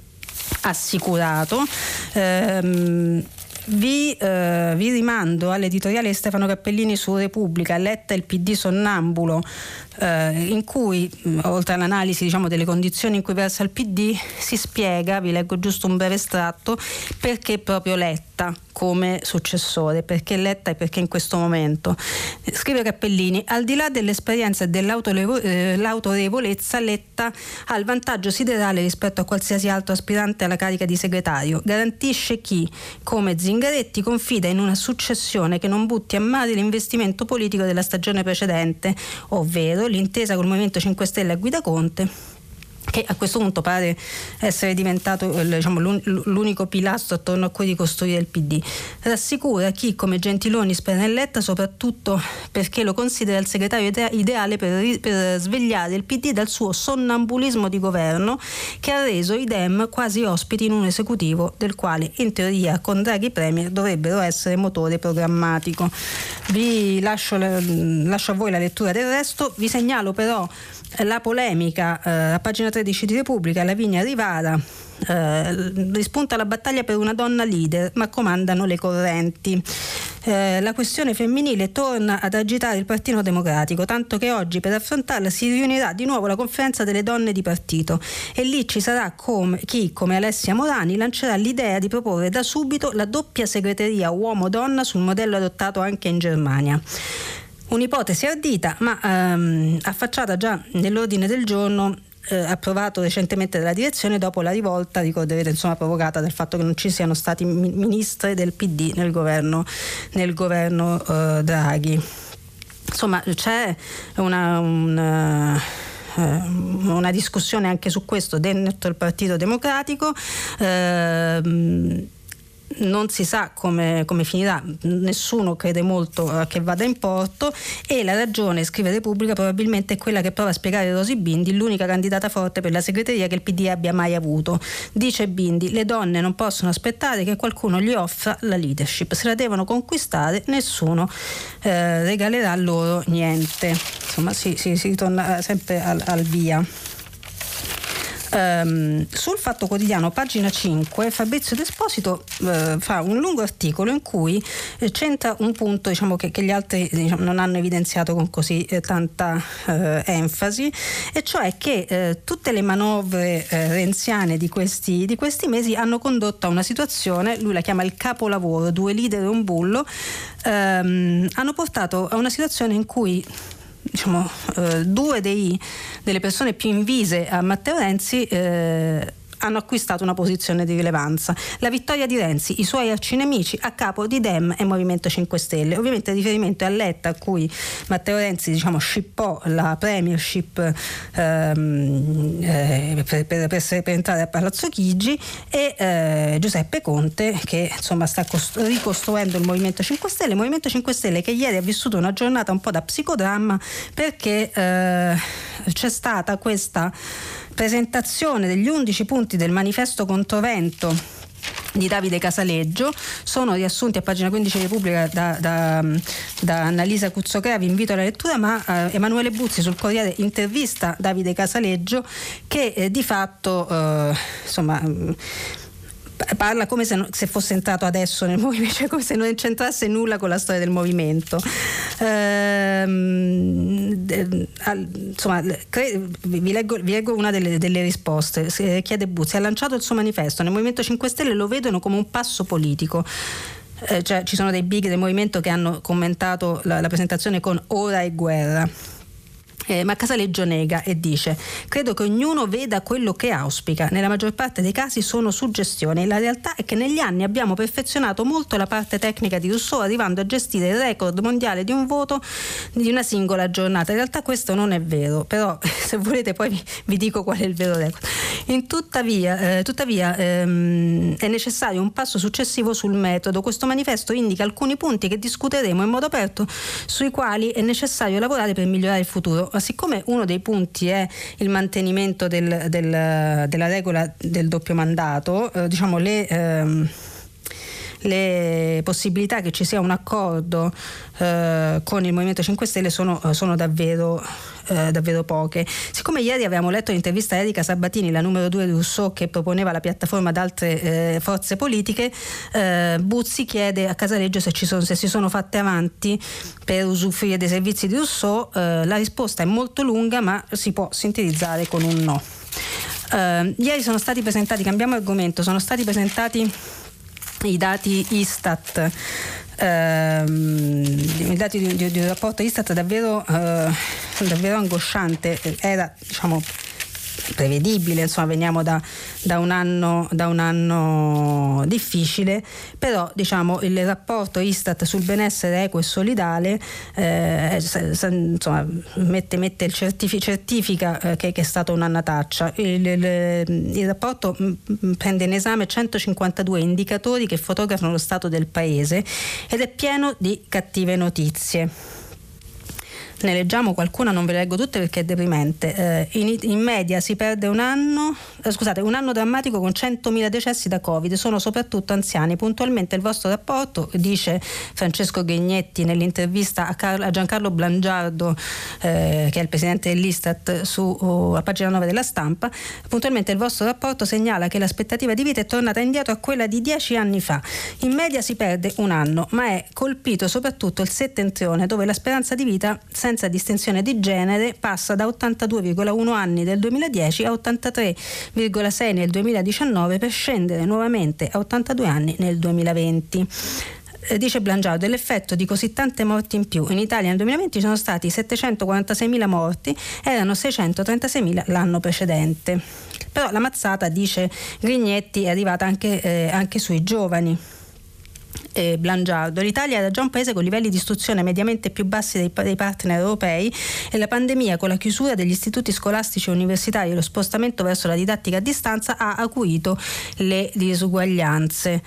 assicurato. Ehm, Vi, eh, vi rimando all'editoriale di Stefano Cappellini su Repubblica, Letta il P D sonnambulo, eh, in cui mh, oltre all'analisi diciamo delle condizioni in cui versa il P D si spiega, vi leggo giusto un breve estratto, perché proprio Letta come successore, perché Letta e perché in questo momento. Scrive Cappellini: al di là dell'esperienza e dell'autorevolezza, Letta ha il vantaggio siderale rispetto a qualsiasi altro aspirante alla carica di segretario. Garantisce chi, come Zingaretti, Zingaretti confida in una successione che non butti a mare l'investimento politico della stagione precedente, ovvero l'intesa col Movimento cinque Stelle a guida Conte, che a questo punto pare essere diventato diciamo, l'unico pilastro attorno a cui ricostruire il P D. Rassicura chi come Gentiloni spera in Letta, soprattutto perché lo considera il segretario ideale per, per svegliare il P D dal suo sonnambulismo di governo, che ha reso i Dem quasi ospiti in un esecutivo del quale in teoria con Draghi Premier dovrebbero essere motore programmatico. Vi lascio, lascio a voi la lettura del resto, vi segnalo però la polemica eh, a pagina tredici di Repubblica. Lavinia Rivara eh, rispunta la battaglia per una donna leader, ma comandano le correnti. Eh, la questione femminile torna ad agitare il Partito Democratico, tanto che oggi per affrontarla si riunirà di nuovo la conferenza delle donne di partito, e lì ci sarà come, chi come Alessia Morani lancerà l'idea di proporre da subito la doppia segreteria uomo-donna sul modello adottato anche in Germania. Un'ipotesi ardita, ma ehm, affacciata già nell'ordine del giorno eh, approvato recentemente dalla direzione dopo la rivolta, ricorderete, insomma, provocata dal fatto che non ci siano stati mi- ministri del P D nel governo, nel governo eh, Draghi. Insomma, c'è una, una una discussione anche su questo dentro il Partito Democratico. Eh, non si sa come, come finirà, nessuno crede molto che vada in porto, e la ragione, scrive Repubblica, probabilmente è quella che prova a spiegare Rosy Bindi, l'unica candidata forte per la segreteria che il P D abbia mai avuto. Dice Bindi: le donne non possono aspettare che qualcuno gli offra la leadership, se la devono conquistare, nessuno eh, regalerà loro niente. Insomma, si, si, si ritorna sempre al, al via. Um, sul Fatto Quotidiano, pagina cinque, Fabrizio D'Esposito uh, fa un lungo articolo in cui eh, c'entra un punto, diciamo, che, che gli altri diciamo, non hanno evidenziato con così eh, tanta eh, enfasi, e cioè che eh, tutte le manovre eh, renziane di questi, di questi mesi hanno condotto a una situazione, lui la chiama il capolavoro, due leader e un bullo, ehm, hanno portato a una situazione in cui diciamo eh, due dei, delle persone più invise a Matteo Renzi eh, hanno acquistato una posizione di rilevanza. La vittoria di Renzi, i suoi arcinemici a capo di Dem e Movimento cinque Stelle. Ovviamente il riferimento è a Letta, a cui Matteo Renzi diciamo scippò la premiership ehm, eh, per, per, per, per entrare a Palazzo Chigi, e eh, Giuseppe Conte che insomma sta cost- ricostruendo il Movimento cinque Stelle. Movimento cinque Stelle che ieri ha vissuto una giornata un po' da psicodramma, perché eh, c'è stata questa presentazione degli undici punti del manifesto controvento di Davide Casaleggio. Sono riassunti a pagina quindici di Repubblica da, da, da Annalisa Cuzzocrea, vi invito alla lettura, ma eh, Emanuele Buzzi sul Corriere intervista Davide Casaleggio, che eh, di fatto eh, insomma parla come se, no, se fosse entrato adesso nel movimento, cioè come se non c'entrasse nulla con la storia del movimento. Ehm, insomma, cre- vi, leggo, vi leggo una delle, delle risposte. Chiede Buzzi: ha lanciato il suo manifesto, nel Movimento cinque Stelle lo vedono come un passo politico. Eh, cioè, ci sono dei big del movimento che hanno commentato la, la presentazione con ora e guerra. Eh, ma Casaleggio nega e dice: credo che ognuno veda quello che auspica, nella maggior parte dei casi sono suggestioni, la realtà è che negli anni abbiamo perfezionato molto la parte tecnica di Rousseau, arrivando a gestire il record mondiale di un voto di una singola giornata. In realtà questo non è vero, però se volete poi vi, vi dico qual è il vero record. In tuttavia, eh, tuttavia ehm, è necessario un passo successivo sul metodo. Questo manifesto indica alcuni punti che discuteremo in modo aperto, sui quali è necessario lavorare per migliorare il futuro. Ma siccome uno dei punti è il mantenimento del, del, della regola del doppio mandato, eh, diciamo le, ehm, le possibilità che ci sia un accordo eh, con il Movimento cinque Stelle sono, sono davvero Eh, davvero poche. Siccome ieri avevamo letto l'intervista a Erika Sabatini, la numero due di Rousseau, che proponeva la piattaforma ad altre eh, forze politiche, eh, Buzzi chiede a Casaleggio se, ci sono, se si sono fatte avanti per usufruire dei servizi di Rousseau. Eh, la risposta è molto lunga, ma si può sintetizzare con un no. Eh, ieri sono stati presentati, cambiamo argomento, sono stati presentati i dati Istat. Uh, i dati di, di, di un rapporto Istat davvero, uh, davvero angosciante. Era diciamo prevedibile, insomma veniamo da, da, un anno, da un anno difficile, però diciamo il rapporto Istat sul benessere equo e solidale eh, insomma, mette, mette il certifi, certifica eh, che, che è stata un'annataccia. Il, il, il rapporto mh, prende in esame centocinquantadue indicatori che fotografano lo stato del paese ed è pieno di cattive notizie. Ne leggiamo qualcuna, non ve le leggo tutte perché è deprimente. Eh, in, in media si perde un anno, eh, scusate, un anno drammatico con centomila decessi da Covid, sono soprattutto anziani. Puntualmente il vostro rapporto, dice Francesco Grignetti nell'intervista a, Carlo, a Giancarlo Blangiardo, eh, che è il presidente dell'Istat, su oh, a pagina nove della Stampa, puntualmente il vostro rapporto segnala che l'aspettativa di vita è tornata indietro a quella di dieci anni fa. In media si perde un anno, ma è colpito soprattutto il settentrione, dove la speranza di vita senza distinzione di genere passa da ottantadue virgola uno anni del duemiladieci a ottantatré virgola sei nel duemiladiciannove, per scendere nuovamente a ottantadue anni nel duemilaventi. Dice Blangiardo, l'effetto di così tante morti in più. In Italia nel duemilaventi sono stati settecentoquarantaseimila morti, erano seicentotrentasei l'anno precedente. Però la mazzata, dice Grignetti, è arrivata anche, eh, anche sui giovani. Eh, Blangiardo, l'Italia era già un paese con livelli di istruzione mediamente più bassi dei, dei partner europei, e la pandemia, con la chiusura degli istituti scolastici e universitari e lo spostamento verso la didattica a distanza, ha acuito le disuguaglianze.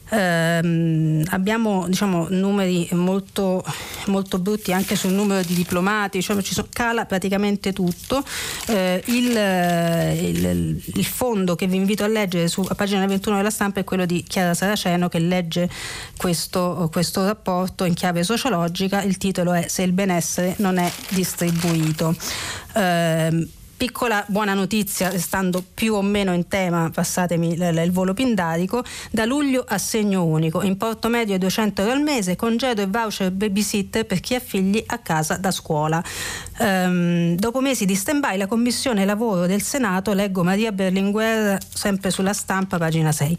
Eh, abbiamo diciamo numeri molto, molto brutti anche sul numero di diplomati, cioè ci sono, cala praticamente tutto. Eh, il, il, il fondo che vi invito a leggere su a pagina ventuno della Stampa è quello di Chiara Saraceno, che legge questo, questo rapporto in chiave sociologica. Il titolo è Se il benessere non è distribuito. Eh, Piccola buona notizia, restando più o meno in tema, passatemi l- l- il volo pindarico, da luglio assegno unico, importo medio è duecento euro al mese, congedo e voucher babysitter per chi ha figli a casa da scuola. Um, dopo mesi di stand-by, la Commissione Lavoro del Senato, leggo Maria Berlinguer sempre sulla Stampa, pagina sei.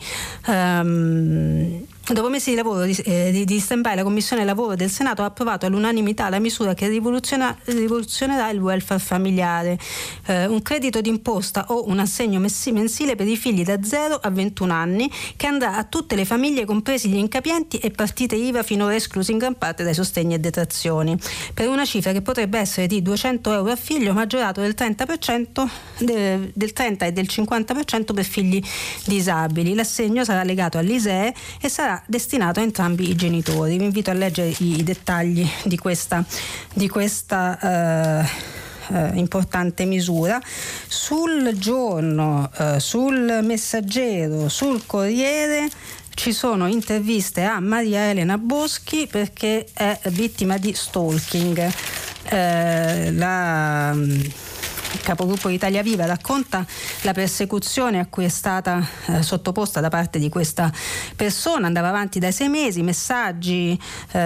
Um, Dopo mesi di lavoro di, eh, di, di stand-by, la Commissione Lavoro del Senato ha approvato all'unanimità la misura che rivoluziona, rivoluzionerà il welfare familiare, eh, un credito d'imposta o un assegno mensile per i figli da zero a ventuno anni, che andrà a tutte le famiglie, compresi gli incapienti e partite I V A finora esclusi in gran parte dai sostegni e detrazioni, per una cifra che potrebbe essere di duecento euro a figlio, maggiorato del trenta per cento, de, del trenta e del cinquanta per cento per figli disabili. L'assegno sarà legato all'I S E E e sarà destinato a entrambi i genitori. Vi invito a leggere i, i dettagli di questa, di questa eh, eh, importante misura. Sul Giorno, eh, sul Messaggero, sul Corriere ci sono interviste a Maria Elena Boschi, perché è vittima di stalking. Eh, la Il capogruppo di Italia Viva racconta la persecuzione a cui è stata eh, sottoposta da parte di questa persona. Andava avanti da sei mesi, messaggi, eh,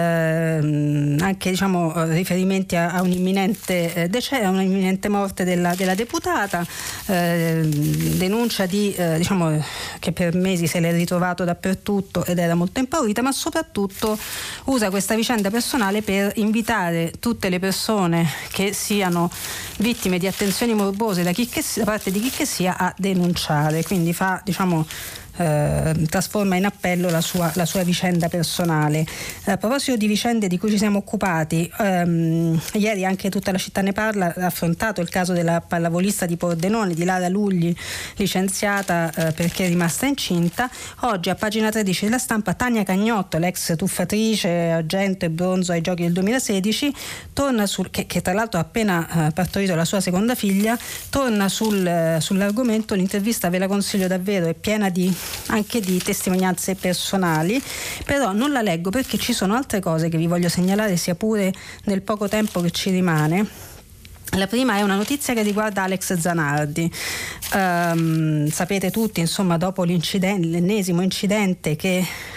anche diciamo riferimenti a, a un'imminente eh, dece- a un'imminente morte della, della deputata, eh, denuncia di eh, diciamo che per mesi se l'è ritrovato dappertutto ed era molto impaurita, ma soprattutto usa questa vicenda personale per invitare tutte le persone che siano vittime di attenzioni morbose da, chi che, da parte di chi che sia a denunciare. Quindi fa diciamo eh, trasforma in appello la sua, la sua vicenda personale. A proposito di vicende di cui ci siamo occupati, ehm, ieri anche Tutta la città ne parla ha affrontato il caso della pallavolista di Pordenone, di Lara Lugli, licenziata eh, perché è rimasta incinta. Oggi a pagina tredici della Stampa Tania Cagnotto, l'ex tuffatrice, argento e bronzo ai giochi del duemilasedici, torna sul, che, che tra l'altro ha appena eh, partorito la sua seconda figlia, torna sul, eh, sull'argomento. L'intervista ve la consiglio davvero, è piena di anche di testimonianze personali, però non la leggo perché ci sono altre cose che vi voglio segnalare, sia pure nel poco tempo che ci rimane. La prima è una notizia che riguarda Alex Zanardi. Um, sapete tutti, insomma, dopo l'incidente, l'ennesimo incidente che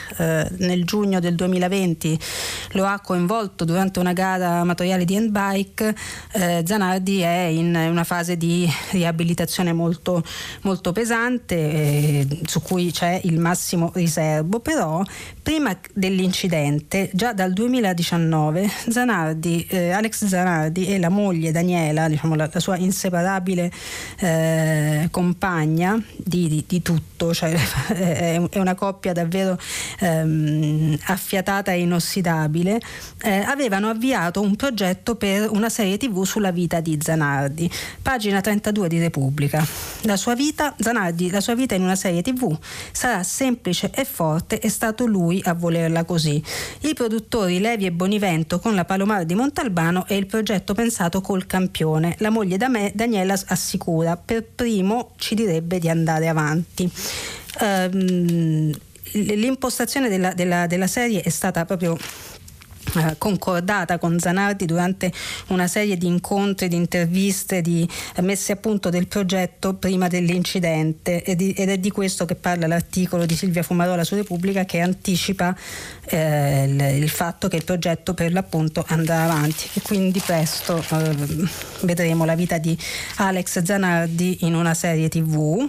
eh, nel giugno del duemilaventi lo ha coinvolto durante una gara amatoriale di handbike, eh, Zanardi è in una fase di riabilitazione molto, molto pesante, eh, su cui c'è il massimo riservo, però prima dell'incidente, già dal duemiladiciannove, Zanardi, eh, Alex Zanardi e la moglie Daniela, diciamo la, la sua inseparabile eh, compagna di, di, di tutto, cioè è, è una coppia davvero ehm, affiatata e inossidabile, eh, avevano avviato un progetto per una serie tivù sulla vita di Zanardi. Pagina trentadue di Repubblica. La sua vita, Zanardi, la sua vita in una serie tivù sarà semplice e forte, è stato lui a volerla così. I produttori Levi e Bonivento con la Palomar di Montalbano e il progetto pensato col Campione. La moglie da me, Daniela, assicura: per primo ci direbbe di andare avanti. Um, l'impostazione della, della, della serie è stata proprio Uh, concordata con Zanardi durante una serie di incontri, di interviste, di uh, messe a punto del progetto prima dell'incidente, ed, ed è di questo che parla l'articolo di Silvia Fumarola su Repubblica, che anticipa eh, il, il fatto che il progetto per l'appunto andrà avanti e quindi presto uh, vedremo la vita di Alex Zanardi in una serie tivù.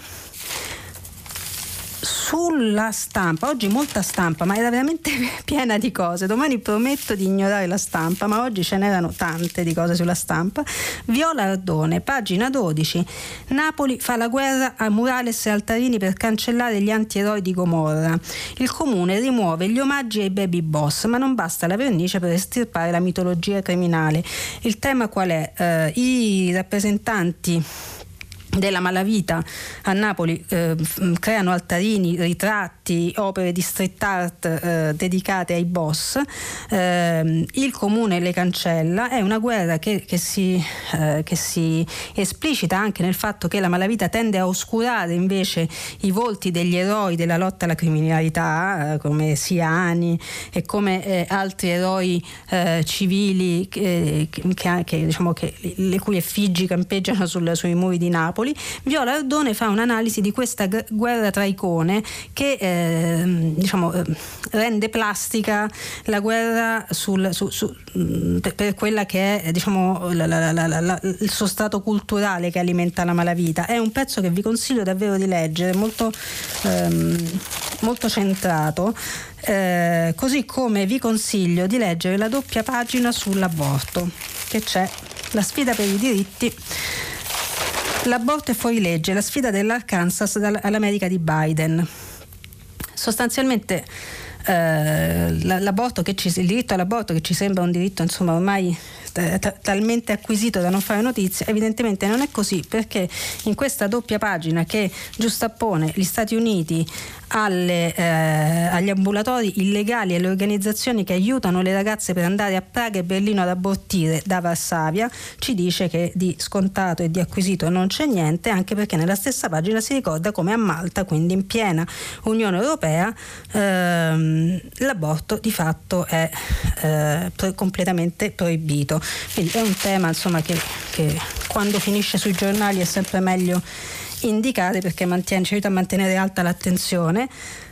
Sulla Stampa, oggi molta stampa, ma era veramente piena di cose. Domani prometto di ignorare la stampa, ma oggi ce n'erano tante di cose sulla Stampa. Viola Ardone, pagina dodici. Napoli fa la guerra a murales e altarini per cancellare gli antieroi di Gomorra. Il comune rimuove gli omaggi ai baby boss, ma non basta la vernice per estirpare la mitologia criminale. Il tema qual è? Eh, I rappresentanti della malavita a Napoli eh, creano altarini, ritratti, opere di street art eh, dedicate ai boss. Eh, il comune le cancella. È una guerra che, che, si, eh, che si esplicita anche nel fatto che la malavita tende a oscurare invece i volti degli eroi della lotta alla criminalità, eh, come Siani e come eh, altri eroi eh, civili che, che, che, diciamo, che, le cui effigi campeggiano sul, sui muri di Napoli. Viola Ardone fa un'analisi di questa g- guerra tra icone che eh, diciamo eh, rende plastica la guerra sul, su, su, per, per quella che è diciamo la, la, la, la, la, il sostrato culturale che alimenta la malavita. È un pezzo che vi consiglio davvero di leggere, molto, ehm, molto centrato, eh, così come vi consiglio di leggere la doppia pagina sull'aborto, che c'è la sfida per i diritti. L'aborto è fuori legge, la sfida dell'Arkansas all'America di Biden. Sostanzialmente eh, l'aborto che ci, il diritto all'aborto, che ci sembra un diritto insomma ormai t- talmente acquisito da non fare notizia, evidentemente non è così, perché in questa doppia pagina che giustappone gli Stati Uniti alle, eh, agli ambulatori illegali e alle organizzazioni che aiutano le ragazze per andare a Praga e Berlino ad abortire da Varsavia, ci dice che di scontato e di acquisito non c'è niente, anche perché nella stessa pagina si ricorda come a Malta, quindi in piena Unione Europea, ehm, l'aborto di fatto è eh, pro- completamente proibito. Quindi è un tema insomma che, che quando finisce sui giornali è sempre meglio indicare, perché mantiene, ci aiuta a mantenere alta l'attenzione.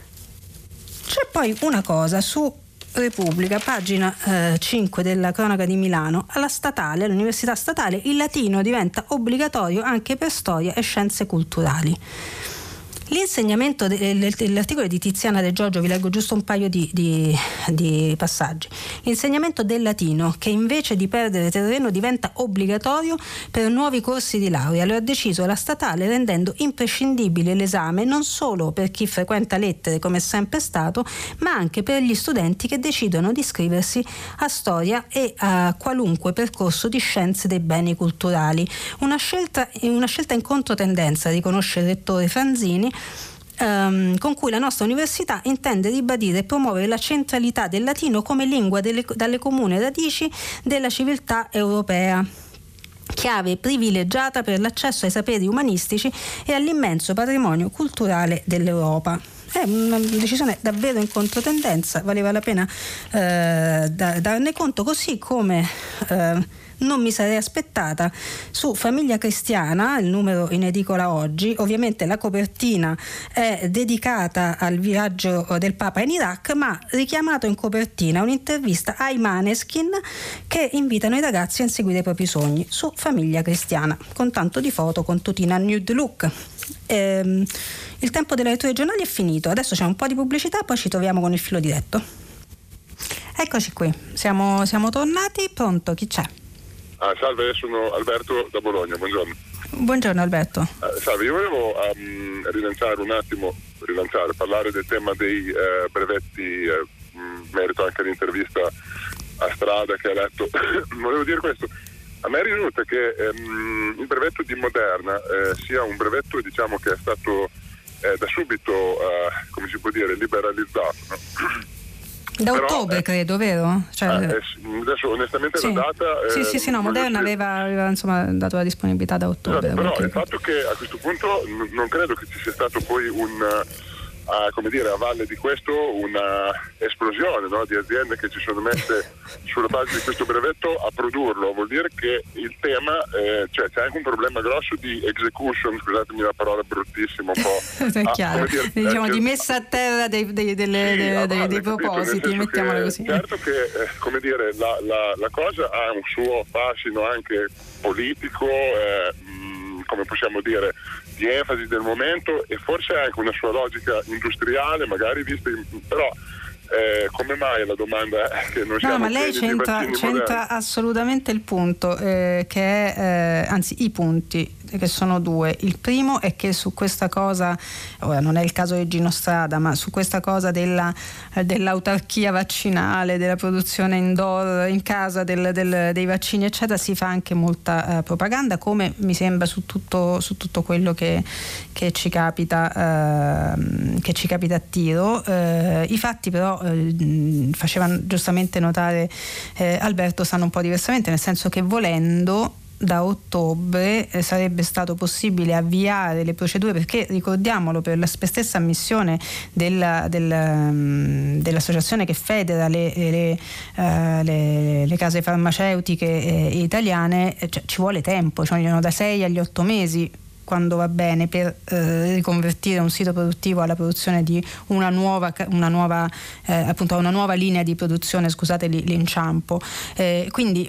C'è poi una cosa su Repubblica, pagina eh, cinque della cronaca di Milano. Alla statale, all'università statale, il latino diventa obbligatorio anche per storia e scienze culturali. L'insegnamento dell'articolo di Tiziana De Giorgio, vi leggo giusto un paio di, di, di passaggi. L'insegnamento del latino, che invece di perdere terreno diventa obbligatorio per nuovi corsi di laurea, lo ha deciso la statale, rendendo imprescindibile l'esame non solo per chi frequenta lettere, come è sempre stato, ma anche per gli studenti che decidono di iscriversi a storia e a qualunque percorso di scienze dei beni culturali. Una scelta, una scelta in controtendenza, riconosce il rettore Franzini, Um, con cui la nostra università intende ribadire e promuovere la centralità del latino come lingua delle, dalle comuni radici della civiltà europea, chiave privilegiata per l'accesso ai saperi umanistici e all'immenso patrimonio culturale dell'Europa. È una decisione davvero in controtendenza, valeva la pena eh, darne conto, così come eh, non mi sarei aspettata. Su Famiglia Cristiana, il numero in edicola oggi, ovviamente la copertina è dedicata al viaggio del Papa in Iraq, ma richiamato in copertina un'intervista ai Maneskin che invitano i ragazzi a inseguire i propri sogni, su Famiglia Cristiana, con tanto di foto con tutina nude look. Ehm, il tempo delle letture giornali è finito, adesso c'è un po' di pubblicità, poi ci troviamo con il filo diretto. Eccoci qui, siamo, siamo tornati. Pronto, chi c'è? Ah, salve, sono Alberto da Bologna, buongiorno. Buongiorno Alberto. Uh, salve, io volevo um, rilanciare un attimo, rilanciare, parlare del tema dei uh, brevetti, uh, in merito anche all'intervista a Strada che ha letto. Volevo dire questo, a me risulta che um, il brevetto di Moderna uh, sia un brevetto, diciamo, che è stato uh, da subito, uh, come si può dire, liberalizzato, no? Da Però, ottobre eh, credo, vero? Cioè, eh, adesso onestamente sì. la data sì eh, sì sì no Moderna aveva, aveva insomma dato la disponibilità da ottobre. Esatto, però il fatto che a questo punto n- non credo che ci sia stato poi un uh, come dire, a valle di questo una esplosione, no, di aziende che si sono messe sulla base di questo brevetto a produrlo. Vuol dire che il tema, eh, cioè c'è anche un problema grosso di execution, scusatemi la parola bruttissima un po'. È chiaro, ah, dire, diciamo eh, di messa a terra dei, dei, delle, sì, dei, valle, dei propositi, mettiamola che, così. Certo che, eh, come dire, la, la, la cosa ha un suo fascino anche politico, eh, mh, come possiamo dire, di enfasi del momento, e forse anche una sua logica industriale, magari vista in, però eh, come mai la domanda è che non siamo no, ma lei pieni di c'entra, vaccini c'entra moderni? assolutamente il punto, eh, che è, eh, anzi i punti, che sono due. Il primo è che su questa cosa, ora non è il caso di Gino Strada, ma su questa cosa della, dell'autarchia vaccinale, della produzione indoor, in casa del, del, dei vaccini eccetera, si fa anche molta eh, propaganda, come mi sembra su tutto, su tutto quello che, che ci capita eh, che ci capita a tiro. Eh, i fatti però eh, facevano giustamente notare eh, Alberto, stanno un po' diversamente, nel senso che volendo da ottobre eh, sarebbe stato possibile avviare le procedure, perché ricordiamolo, per la stessa ammissione della, della, um, dell'associazione che federa le, le, uh, le, le case farmaceutiche eh, italiane, eh, cioè, ci vuole tempo, cioè vogliono da sei agli otto mesi, quando va bene, per eh, riconvertire un sito produttivo alla produzione di una nuova, una nuova eh, appunto una nuova linea di produzione, scusate l'inciampo. Eh, quindi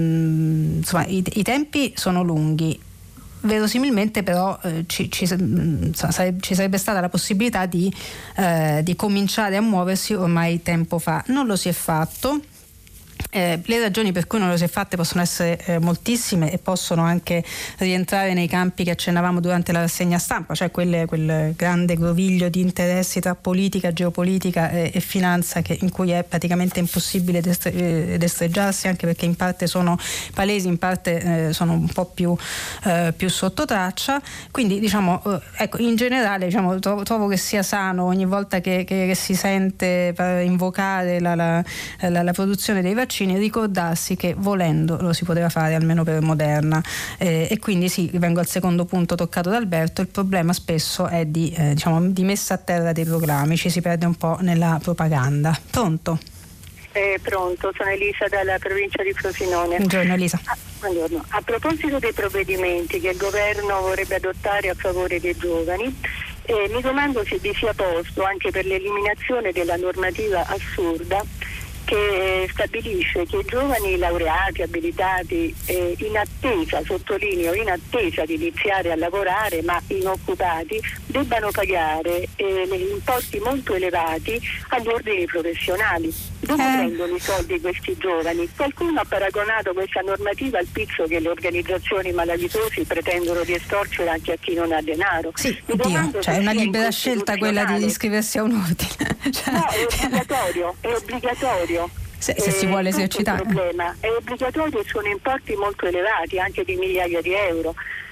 mh, insomma i, i tempi sono lunghi. Verosimilmente però eh, ci, ci, sarebbe, ci sarebbe stata la possibilità di, eh, di cominciare a muoversi ormai tempo fa. Non lo si è fatto. Eh, le ragioni per cui non lo si è fatte possono essere eh, moltissime, e possono anche rientrare nei campi che accennavamo durante la rassegna stampa, cioè quelle, quel grande groviglio di interessi tra politica, geopolitica e, e finanza, che, in cui è praticamente impossibile destre, eh, destreggiarsi, anche perché in parte sono palesi, in parte eh, sono un po' più, eh, più sotto traccia. Quindi diciamo, eh, ecco, in generale diciamo, trovo, trovo che sia sano ogni volta che, che, che si sente invocare la, la, la, la produzione dei vaccini, ricordarsi che volendo lo si poteva fare, almeno per Moderna. Eh, e quindi sì, vengo al secondo punto toccato da Alberto. Il problema spesso è di, eh, diciamo, di messa a terra dei programmi, ci si perde un po' nella propaganda. Pronto? Eh, pronto, sono Elisa dalla provincia di Frosinone. Buongiorno Elisa. Ah, buongiorno. A proposito dei provvedimenti che il governo vorrebbe adottare a favore dei giovani, eh, mi domando se vi sia posto anche per l'eliminazione della normativa assurda che stabilisce che i giovani laureati, abilitati, eh, in attesa, sottolineo, in attesa di iniziare a lavorare ma inoccupati, debbano pagare eh, imposti molto elevati agli ordini professionali. Dove eh. prendono i soldi questi giovani? Qualcuno ha paragonato questa normativa al pizzo che le organizzazioni malavitose pretendono di estorcere anche a chi non ha denaro. Sì, oddio, cioè è una libera scelta quella di iscriversi a un ordine. Cioè... No, è obbligatorio, è obbligatorio. Se, se si vuole esercitare. Il problema è obbligatorio e sono importi molto elevati, anche di migliaia di euro.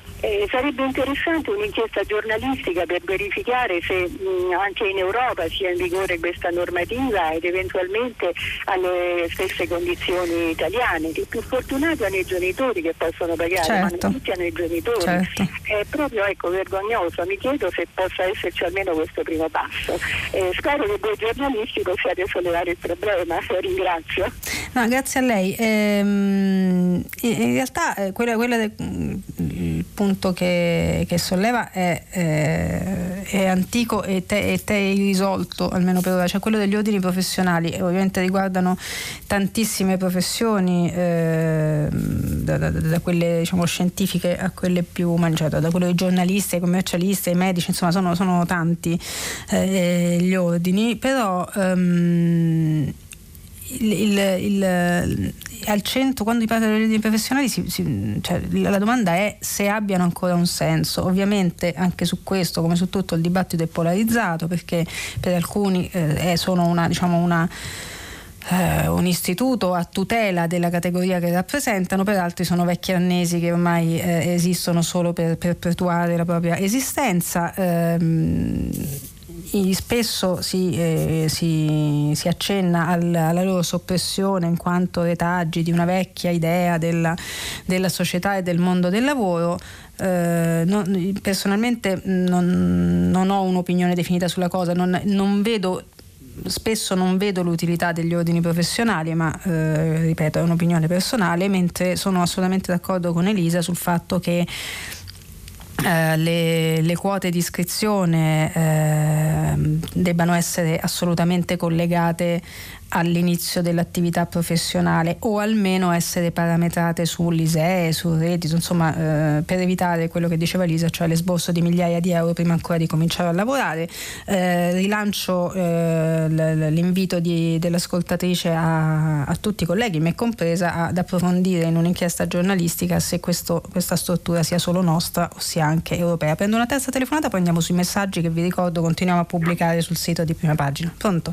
Eh, sarebbe interessante un'inchiesta giornalistica per verificare se mh, anche in Europa sia in vigore questa normativa ed eventualmente alle stesse condizioni italiane. Il più fortunato hanno i genitori che possono pagare, certo. ma non tutti hanno i genitori. Certo. È proprio ecco, vergognoso, mi chiedo se possa esserci almeno questo primo passo. Eh, spero che voi giornalisti possiate sollevare il problema, ringrazio. No, grazie a lei. Ehm, in realtà eh, quella, quella del, il punto che, che solleva è, eh, è antico e te, e te irrisolto, almeno per ora, cioè quello degli ordini professionali. Ovviamente riguardano tantissime professioni, eh, da, da, da quelle diciamo scientifiche a quelle più mangiate, da quello dei giornalisti ai commercialisti ai medici, insomma sono, sono tanti eh, gli ordini, però um, Il, il, il, al centro, quando si parla degli ordini professionali, si, si, cioè, la domanda è se abbiano ancora un senso. Ovviamente anche su questo, come su tutto, il dibattito è polarizzato, perché per alcuni eh, sono una, diciamo una eh, un istituto a tutela della categoria che rappresentano, per altri sono vecchi arnesi che ormai eh, esistono solo per perpetuare la propria esistenza. Ehm, Spesso si, eh, si, si accenna al, alla loro soppressione in quanto retaggi di una vecchia idea della, della società e del mondo del lavoro. Eh, non, personalmente non, non ho un'opinione definita sulla cosa, non, non vedo spesso non vedo l'utilità degli ordini professionali, ma eh, ripeto, è un'opinione personale, mentre sono assolutamente d'accordo con Elisa sul fatto che Uh, le, le quote di iscrizione uh, debbano essere assolutamente collegate all'inizio dell'attività professionale, o almeno essere parametrate sull'I S E E, sul reddito, insomma, eh, per evitare quello che diceva Lisa, cioè l'esborso di migliaia di euro prima ancora di cominciare a lavorare. Eh, rilancio eh, l'invito di, dell'ascoltatrice a, a tutti i colleghi, me compresa, ad approfondire in un'inchiesta giornalistica se questo, questa struttura sia solo nostra o sia anche europea. Prendo una terza telefonata, poi andiamo sui messaggi che vi ricordo continuiamo a pubblicare sul sito di Prima Pagina. Pronto?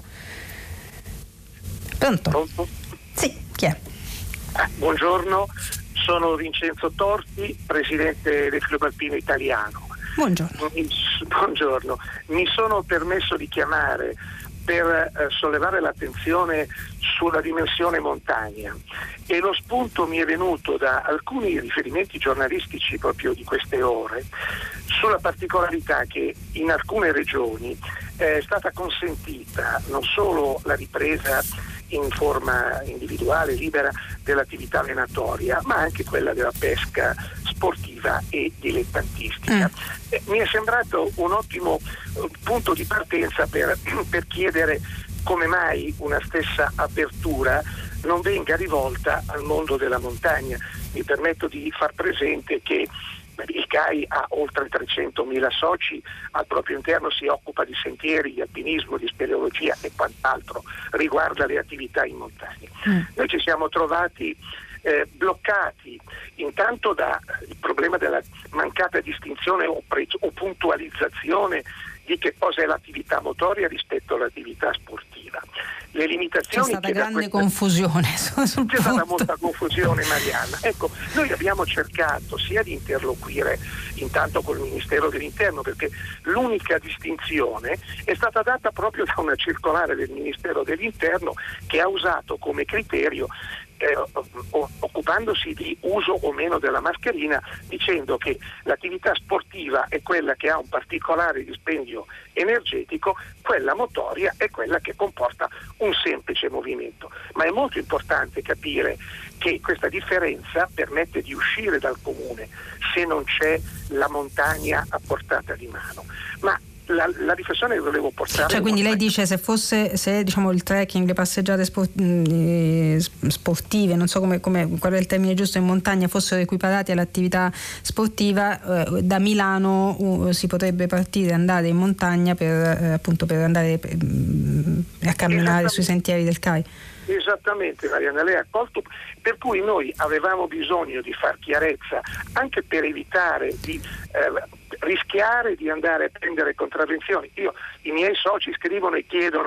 Pronto? Pronto? Sì, chi è? Ah, buongiorno, sono Vincenzo Torti, presidente del Club Alpino Italiano. Buongiorno. Mi, buongiorno, mi sono permesso di chiamare per eh, sollevare l'attenzione sulla dimensione montagna, e lo spunto mi è venuto da alcuni riferimenti giornalistici proprio di queste ore sulla particolarità che in alcune regioni è stata consentita non solo la ripresa in forma individuale, libera, dell'attività venatoria, ma anche quella della pesca sportiva e dilettantistica. Mm. Eh, mi è sembrato un ottimo uh, punto di partenza per, per chiedere come mai una stessa apertura non venga rivolta al mondo della montagna. Mi permetto di far presente che il C A I ha oltre trecentomila soci, al proprio interno si occupa di sentieri, di alpinismo, di speleologia e quant'altro riguarda le attività in montagna. Mm. Noi ci siamo trovati eh, bloccati intanto dal problema della mancata distinzione o, pre- o puntualizzazione di che cosa è l'attività motoria rispetto all'attività sportiva. Le limitazioni. C'è stata che grande questa... confusione sul C'è punto. stata molta confusione, Marianna. Ecco, noi abbiamo cercato sia di interloquire intanto col Ministero dell'Interno, perché l'unica distinzione è stata data proprio da una circolare del Ministero dell'Interno che ha usato come criterio Eh, occupandosi di uso o meno della mascherina, dicendo che l'attività sportiva è quella che ha un particolare dispendio energetico, quella motoria è quella che comporta un semplice movimento. Ma è molto importante capire che questa differenza permette di uscire dal comune se non c'è la montagna a portata di mano. Ma La, la riflessione che volevo portare, cioè, quindi lei dice se fosse se diciamo il trekking, le passeggiate sport, sportive, non so come, come qual è il termine giusto, in montagna fossero equiparati all'attività sportiva, eh, da Milano uh, si potrebbe partire e andare in montagna per eh, appunto per andare per, mm, a camminare sui sentieri del C A I. Esattamente, Marianna, lei ha colto, per cui noi avevamo bisogno di far chiarezza anche per evitare di eh, rischiare di andare a prendere contravvenzioni. Io, i miei soci scrivono e chiedono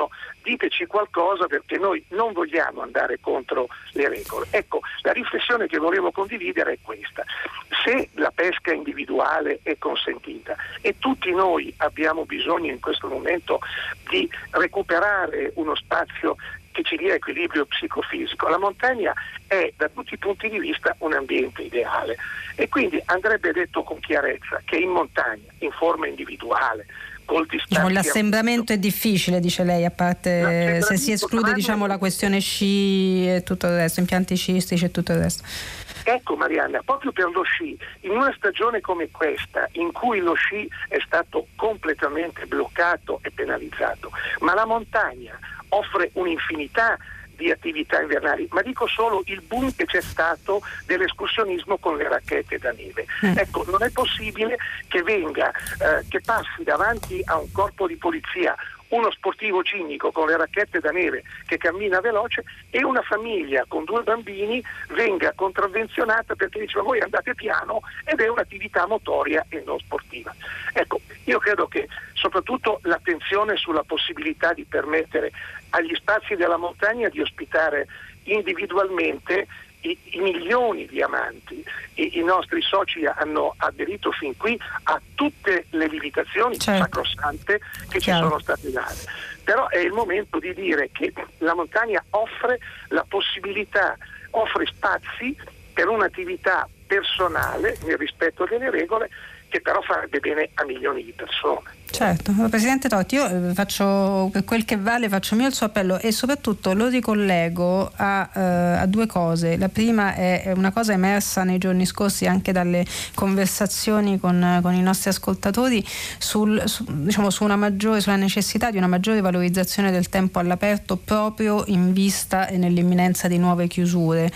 diteci qualcosa perché noi non vogliamo andare contro le regole. Ecco, la riflessione che volevo condividere è questa: se la pesca individuale è consentita e tutti noi abbiamo bisogno in questo momento di recuperare uno spazio che ci dia equilibrio psicofisico, la montagna è da tutti i punti di vista un ambiente ideale, e quindi andrebbe detto con chiarezza che in montagna, in forma individuale, col diciamo, l'assembramento è difficile, dice lei, a parte se si esclude diciamo la questione sci e tutto il resto, impianti sciistici e tutto il resto. Ecco Marianna, proprio per lo sci, in una stagione come questa, in cui lo sci è stato completamente bloccato e penalizzato, ma la montagna offre un'infinità di attività invernali, ma dico solo il boom che c'è stato dell'escursionismo con le racchette da neve. Mm. Ecco, non è possibile che venga, eh, che passi davanti a un corpo di polizia uno sportivo cinico con le racchette da neve che cammina veloce e una famiglia con due bambini venga contravvenzionata perché dice: voi andate piano, ed è un'attività motoria e non sportiva. Ecco, io credo che soprattutto l'attenzione sulla possibilità di permettere agli spazi della montagna di ospitare individualmente I, i milioni di amanti, I, i nostri soci hanno aderito fin qui a tutte le limitazioni certo. sacrosante che Chiaro. ci sono state date, però è il momento di dire che la montagna offre la possibilità, offre spazi per un'attività personale nel rispetto delle regole, che però farebbe bene a milioni di persone. Certo, Presidente Totti, io faccio quel che vale, faccio mio il suo appello e soprattutto lo ricollego a, uh, a due cose. La prima è una cosa emersa nei giorni scorsi anche dalle conversazioni con, con i nostri ascoltatori sul, su, diciamo, su una maggiore, sulla necessità di una maggiore valorizzazione del tempo all'aperto proprio in vista e nell'imminenza di nuove chiusure.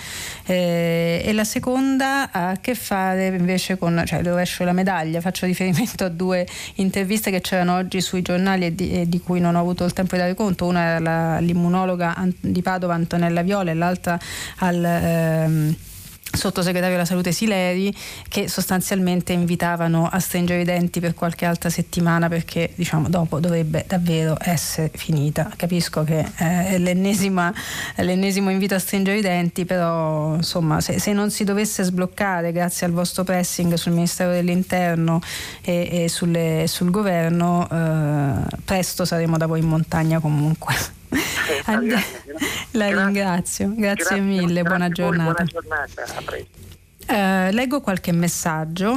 Eh, e la seconda ha a che fare invece con, cioè il rovescio della medaglia, faccio riferimento a due interviste che c'erano oggi sui giornali e di, e di cui non ho avuto il tempo di dare conto. Una era la, l'immunologa di Padova Antonella Viola e l'altra al ehm, sottosegretario della salute Sileri, che sostanzialmente invitavano a stringere i denti per qualche altra settimana perché diciamo dopo dovrebbe davvero essere finita. Capisco che è l'ennesima, è l'ennesimo invito a stringere i denti, però insomma se, se non si dovesse sbloccare grazie al vostro pressing sul Ministero dell'Interno e, e sulle, sul governo, eh, presto saremo da voi in montagna comunque. And- la grazie. ringrazio, grazie, grazie mille, grazie buona giornata. Buona giornata, a presto. Eh, leggo qualche messaggio.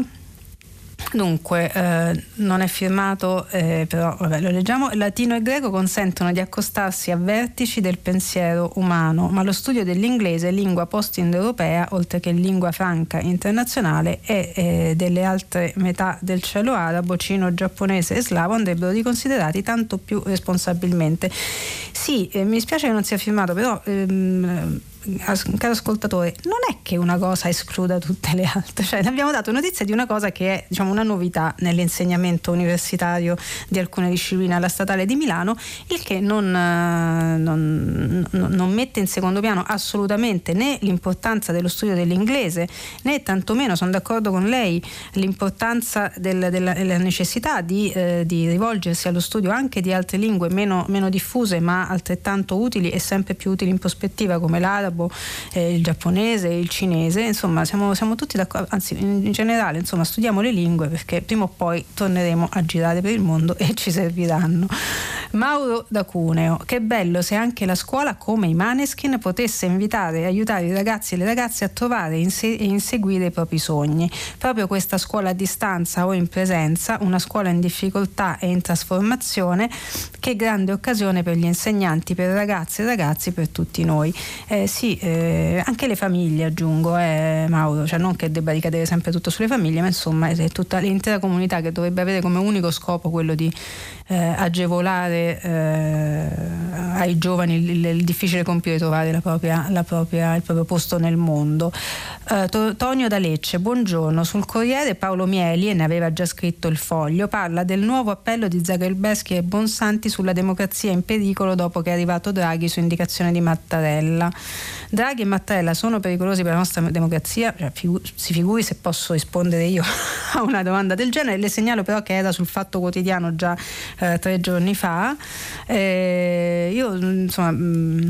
Dunque, eh, non è firmato, eh, però vabbè, lo leggiamo. Latino e greco consentono di accostarsi a vertici del pensiero umano, ma lo studio dell'inglese, lingua post-indoeuropea, oltre che lingua franca internazionale, e eh, delle altre metà del cielo arabo, cino, giapponese e slavo andrebbero riconsiderati tanto più responsabilmente. Sì, eh, mi spiace che non sia firmato, però ehm, caro ascoltatore, non è che una cosa escluda tutte le altre, cioè abbiamo dato notizia di una cosa che è diciamo una novità nell'insegnamento universitario di alcune discipline alla Statale di Milano, il che non, non, non mette in secondo piano assolutamente né l'importanza dello studio dell'inglese, né tantomeno, sono d'accordo con lei, l'importanza del, della, della necessità di, eh, di rivolgersi allo studio anche di altre lingue meno, meno diffuse ma altrettanto utili e sempre più utili in prospettiva, come l'arabo, Eh, il giapponese, il cinese, insomma siamo, siamo tutti d'accordo, anzi in, in generale insomma studiamo le lingue perché prima o poi torneremo a girare per il mondo e ci serviranno. Mauro da Cuneo: che bello se anche la scuola come i Maneskin potesse invitare e aiutare i ragazzi e le ragazze a trovare e inse- e inseguire i propri sogni. Proprio questa scuola a distanza o in presenza, una scuola in difficoltà e in trasformazione, che grande occasione per gli insegnanti, per ragazze e ragazzi, per tutti noi. Eh, sì, eh, anche le famiglie aggiungo, eh, Mauro, cioè non che debba ricadere sempre tutto sulle famiglie, ma insomma è tutta l'intera comunità che dovrebbe avere come unico scopo quello di eh, agevolare eh, ai giovani il, il, il difficile compito di trovare la propria, la propria, il proprio posto nel mondo. Eh, Tonio da Lecce: buongiorno, sul Corriere Paolo Mieli, e ne aveva già scritto il Foglio, parla del nuovo appello di Zagrebelsky e Bonsanti sulla democrazia in pericolo dopo che è arrivato Draghi su indicazione di Mattarella. Draghi e Mattarella sono pericolosi per la nostra democrazia? Cioè, figu- si figuri se posso rispondere io a una domanda del genere. Le segnalo però che era sul Fatto Quotidiano già eh, tre giorni fa. Eh, io insomma mh,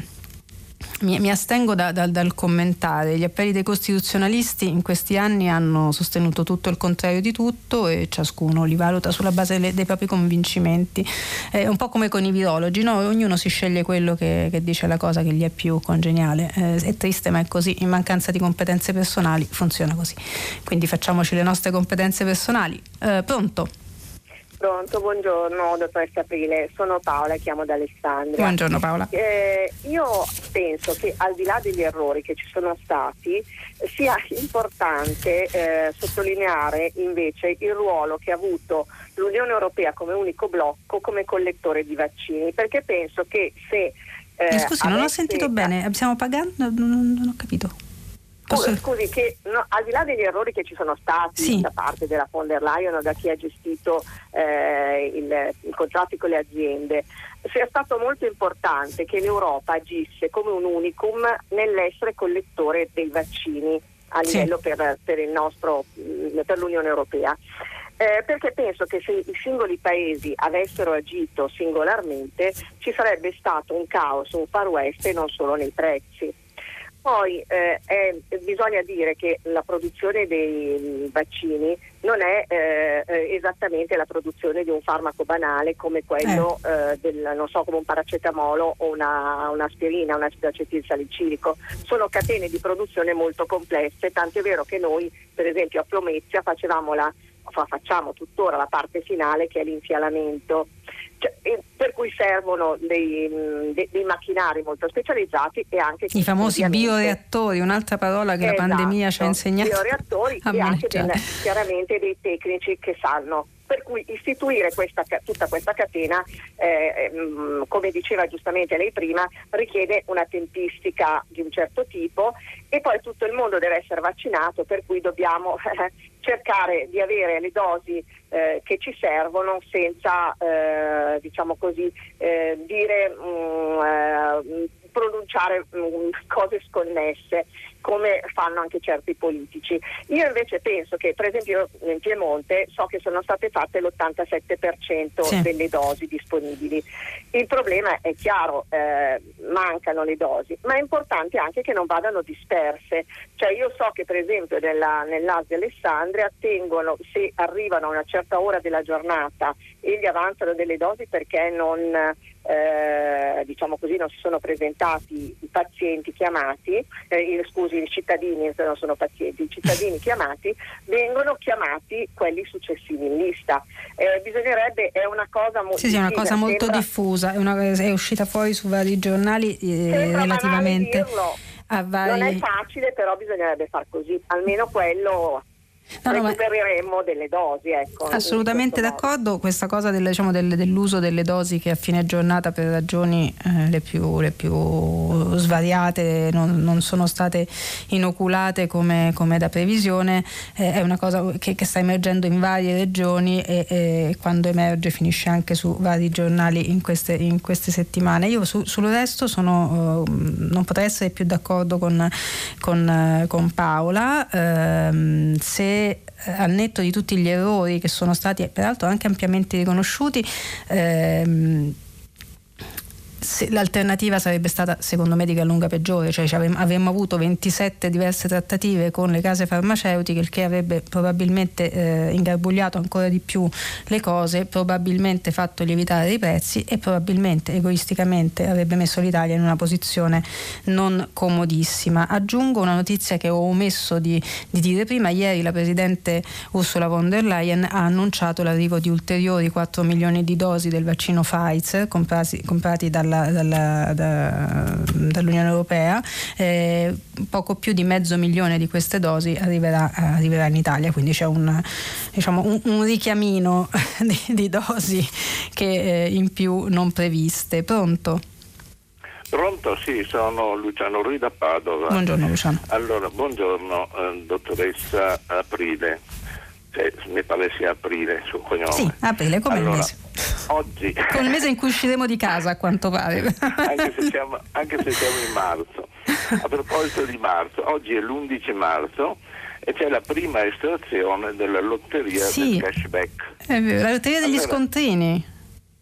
Mi, mi astengo da, da, dal commentare. Gli appelli dei costituzionalisti in questi anni hanno sostenuto tutto il contrario di tutto e ciascuno li valuta sulla base le, dei propri convincimenti. È un po' come con i virologi, no? Ognuno si sceglie quello che, che dice la cosa che gli è più congeniale. Eh, è triste ma è così, in mancanza di competenze personali funziona così. Quindi facciamoci le nostre competenze personali. Eh, pronto? Pronto, buongiorno dottoressa Aprile, sono Paola, chiamo da Alessandria. Buongiorno Paola. Eh, io penso che al di là degli errori che ci sono stati sia importante eh, sottolineare invece il ruolo che ha avuto l'Unione Europea come unico blocco, come collettore di vaccini, perché penso che se... Eh, Scusi, non ho sentito bene, stiamo pagando? Non, non ho capito. Posso... Scusi, che no, al di là degli errori che ci sono stati sì. da parte della von der Leyen o da chi ha gestito eh, il, i contratti con le aziende, sia stato molto importante che l'Europa agisse come un unicum nell'essere collettore dei vaccini a livello sì. per, per, il nostro, per l'Unione Europea. Eh, perché penso che se i singoli paesi avessero agito singolarmente ci sarebbe stato un caos, un far west e non solo nei prezzi. Poi eh, è, bisogna dire che la produzione dei vaccini non è eh, esattamente la produzione di un farmaco banale come quello eh. Eh, del, non so, come un paracetamolo o una, un'aspirina, un acido acetilsalicilico. Sono catene di produzione molto complesse, tant'è vero che noi, per esempio a Plomezia, facevamo la, facciamo tuttora la parte finale che è l'infialamento. Cioè, per cui servono dei, dei, dei macchinari molto specializzati e anche i famosi bioreattori, un'altra parola che esatto, la pandemia ci ha insegnato. Bioreattori e anche del, chiaramente dei tecnici che sanno. Per cui istituire questa, tutta questa catena, eh, come diceva giustamente lei prima, richiede una tempistica di un certo tipo e poi tutto il mondo deve essere vaccinato, per cui dobbiamo eh, cercare di avere le dosi eh, che ci servono senza, eh, diciamo così, eh, dire mh, eh, pronunciare mh, cose sconnesse come fanno anche certi politici. Io invece penso che, per esempio in Piemonte so che sono state fatte l'ottantasette per cento sì. delle dosi disponibili. Il problema è chiaro, eh, mancano le dosi, ma è importante anche che non vadano disperse. Cioè io so che per esempio nella, nell'A S di Alessandria tengono, se arrivano a una certa ora della giornata e gli avanzano delle dosi perché non eh, diciamo così non si sono presentati i pazienti chiamati, eh, i, scusi i cittadini non sono pazienti, i cittadini chiamati, vengono chiamati quelli successivi in lista. Eh, bisognerebbe, è una cosa molto sì, sì, è una cosa molto sembra, diffusa, è, una, è uscita fuori su vari giornali eh, relativamente a vari... Non è facile, però bisognerebbe far così, almeno quello. No, no, recupereremo delle dosi, ecco. Assolutamente d'accordo. Modo. Questa cosa del, diciamo, del, dell'uso delle dosi che a fine giornata per ragioni eh, le, più, le più svariate non, non sono state inoculate come, come da previsione eh, è una cosa che, che sta emergendo in varie regioni e, e quando emerge finisce anche su vari giornali in queste, in queste settimane. Io su, sul resto sono, uh, non potrei essere più d'accordo con, con, uh, con Paola. Uh, se al netto di tutti gli errori che sono stati peraltro anche ampiamente riconosciuti, ehm, se l'alternativa sarebbe stata secondo me di gran lunga peggiore, cioè avremmo avuto ventisette diverse trattative con le case farmaceutiche, il che avrebbe probabilmente eh, ingarbugliato ancora di più le cose, probabilmente fatto lievitare i prezzi e probabilmente egoisticamente avrebbe messo l'Italia in una posizione non comodissima. Aggiungo una notizia che ho omesso di, di dire prima: ieri la presidente Ursula von der Leyen ha annunciato l'arrivo di ulteriori quattro milioni di dosi del vaccino Pfizer comprati, comprati dalla Dalla, da, dall'Unione Europea. Eh, poco più di mezzo milione di queste dosi arriverà, arriverà in Italia, quindi c'è un, diciamo, un, un richiamino di, di dosi che eh, in più non previste. Pronto? Pronto, sì, sono Luciano Rui da Padova. Buongiorno Luciano. Allora, buongiorno eh, dottoressa Aprile. Cioè, mi pare sia Aprile il suo cognome. Sì, Aprile, come allora, il mese. Oggi con il mese in cui usciremo di casa, a quanto pare. anche, se siamo, anche se siamo in marzo. A proposito di marzo, oggi è l'undici marzo e c'è la prima estrazione della lotteria sì, del cashback. È vero, la lotteria degli allora, scontrini.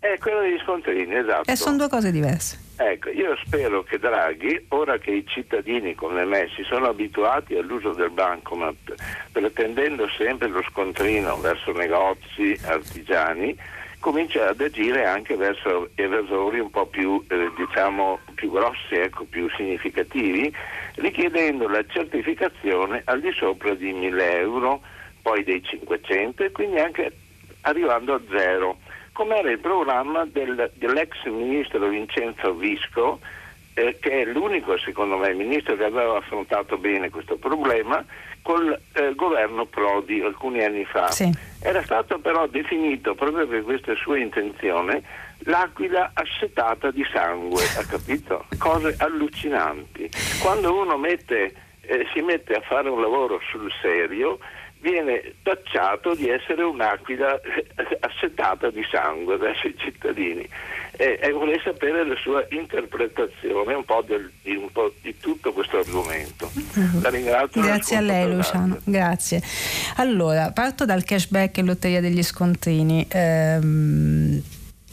È quello degli scontrini, esatto. E sono due cose diverse. Ecco, io spero che Draghi, ora che i cittadini come me si sono abituati all'uso del bancomat, pretendendo sempre lo scontrino verso negozi, artigiani, comincia ad agire anche verso evasori un po' più, eh, diciamo, più grossi, ecco, più significativi, richiedendo la certificazione al di sopra di mille euro, poi dei cinquecento e quindi anche arrivando a zero, come era il programma del, dell'ex ministro Vincenzo Visco, eh, che è l'unico, secondo me, ministro che aveva affrontato bene questo problema col eh, governo Prodi alcuni anni fa. Sì. Era stato però definito, proprio per questa sua intenzione, l'aquila assetata di sangue, ha capito? Cose allucinanti. Quando uno mette, eh, si mette a fare un lavoro sul serio, viene tacciato di essere un'aquila assetata di sangue verso i cittadini, e, e vorrei sapere la sua interpretazione un po' del, di, un po' di tutto questo argomento. La ringrazio. Grazie a lei, Luciano, grazie. Allora, parto dal cashback e lotteria degli scontrini. Ehm,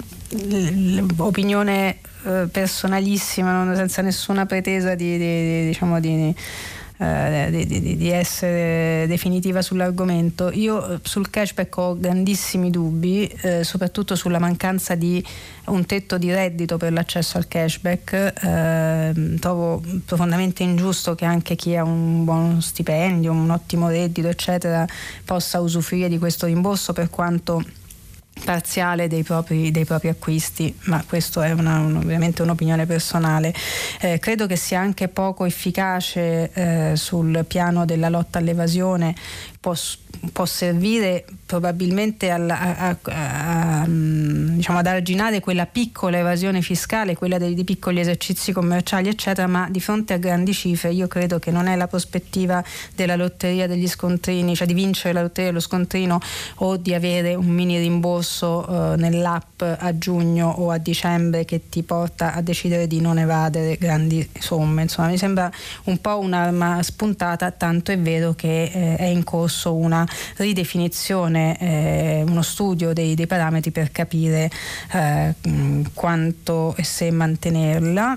opinione eh, personalissima, non, senza nessuna pretesa di, di, di diciamo di Di, di, di essere definitiva sull'argomento. Io sul cashback ho grandissimi dubbi, eh, soprattutto sulla mancanza di un tetto di reddito per l'accesso al cashback. Eh, trovo profondamente ingiusto che anche chi ha un buono stipendio, un ottimo reddito eccetera possa usufruire di questo rimborso, per quanto parziale, dei propri, dei propri acquisti, ma questo è una, un, ovviamente un'opinione personale. Eh, credo che sia anche poco efficace eh, sul piano della lotta all'evasione. Può, può servire probabilmente alla, a, a, a, diciamo ad arginare quella piccola evasione fiscale, quella dei, dei piccoli esercizi commerciali eccetera, ma di fronte a grandi cifre io credo che non è la prospettiva della lotteria degli scontrini, cioè di vincere la lotteria dello scontrino o di avere un mini rimborso eh, nell'app a giugno o a dicembre che ti porta a decidere di non evadere grandi somme. Insomma, mi sembra un po' un'arma spuntata, tanto è vero che eh, è in corso una ridefinizione, eh, uno studio dei, dei parametri per capire eh, quanto e se mantenerla.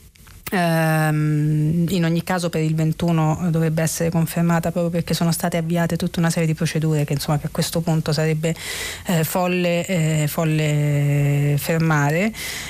In ogni caso per il ventuno dovrebbe essere confermata, proprio perché sono state avviate tutta una serie di procedure che insomma che a questo punto sarebbe eh, folle, eh, folle fermare.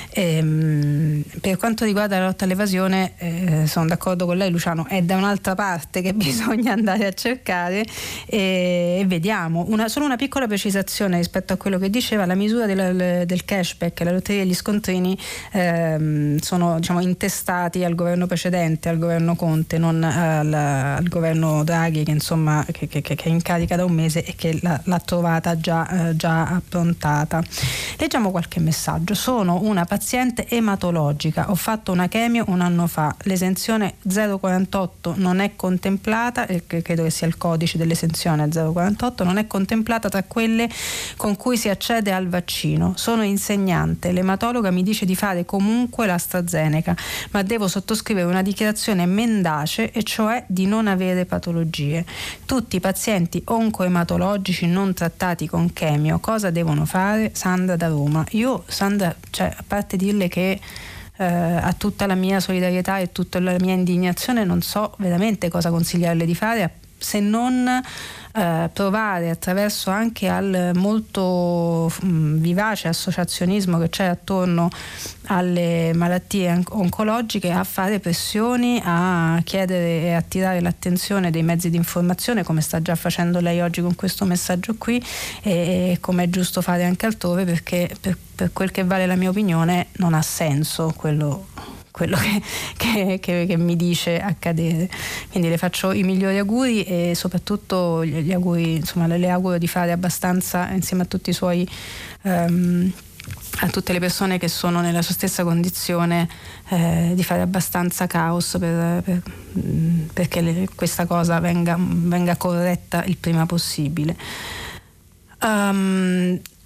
E, per quanto riguarda la lotta all'evasione, eh, sono d'accordo con lei, Luciano, è da un'altra parte che bisogna andare a cercare, e, e vediamo. Una, solo una piccola precisazione rispetto a quello che diceva: la misura del, del cashback e la lotteria degli scontrini ehm, sono, diciamo, intestati al governo precedente, al governo Conte, non al, al governo Draghi, che insomma che, che, che è in carica da un mese e che l'ha, l'ha trovata già, eh, già approntata. Leggiamo qualche messaggio. Sono una paziente ematologica, ho fatto una chemio un anno fa, l'esenzione zero quarantotto non è contemplata, e credo che sia il codice dell'esenzione zero quarantotto, non è contemplata tra quelle con cui si accede al vaccino. Sono insegnante, l'ematologa mi dice di fare comunque l'AstraZeneca, ma devo sottoscrivere una dichiarazione mendace, e cioè di non avere patologie. Tutti i pazienti oncoematologici non trattati con chemio cosa devono fare? Sandra da Roma. Io, Sandra, cioè, a parte dirle che eh, ha tutta la mia solidarietà e tutta la mia indignazione, non so veramente cosa consigliarle di fare, se non eh, provare, attraverso anche al molto mh, vivace associazionismo che c'è attorno alle malattie oncologiche, a fare pressioni, a chiedere e attirare l'attenzione dei mezzi di informazione, come sta già facendo lei oggi con questo messaggio qui, e come è giusto fare anche altrove, perché per, per quel che vale la mia opinione non ha senso quello quello che, che, che, che mi dice accadere. Quindi le faccio i migliori auguri, e soprattutto gli, gli auguri, insomma, le, le auguro di fare abbastanza, insieme a tutti i suoi um, a tutte le persone che sono nella sua stessa condizione, eh, di fare abbastanza caos per, per, perché le, questa cosa venga, venga corretta il prima possibile. Um,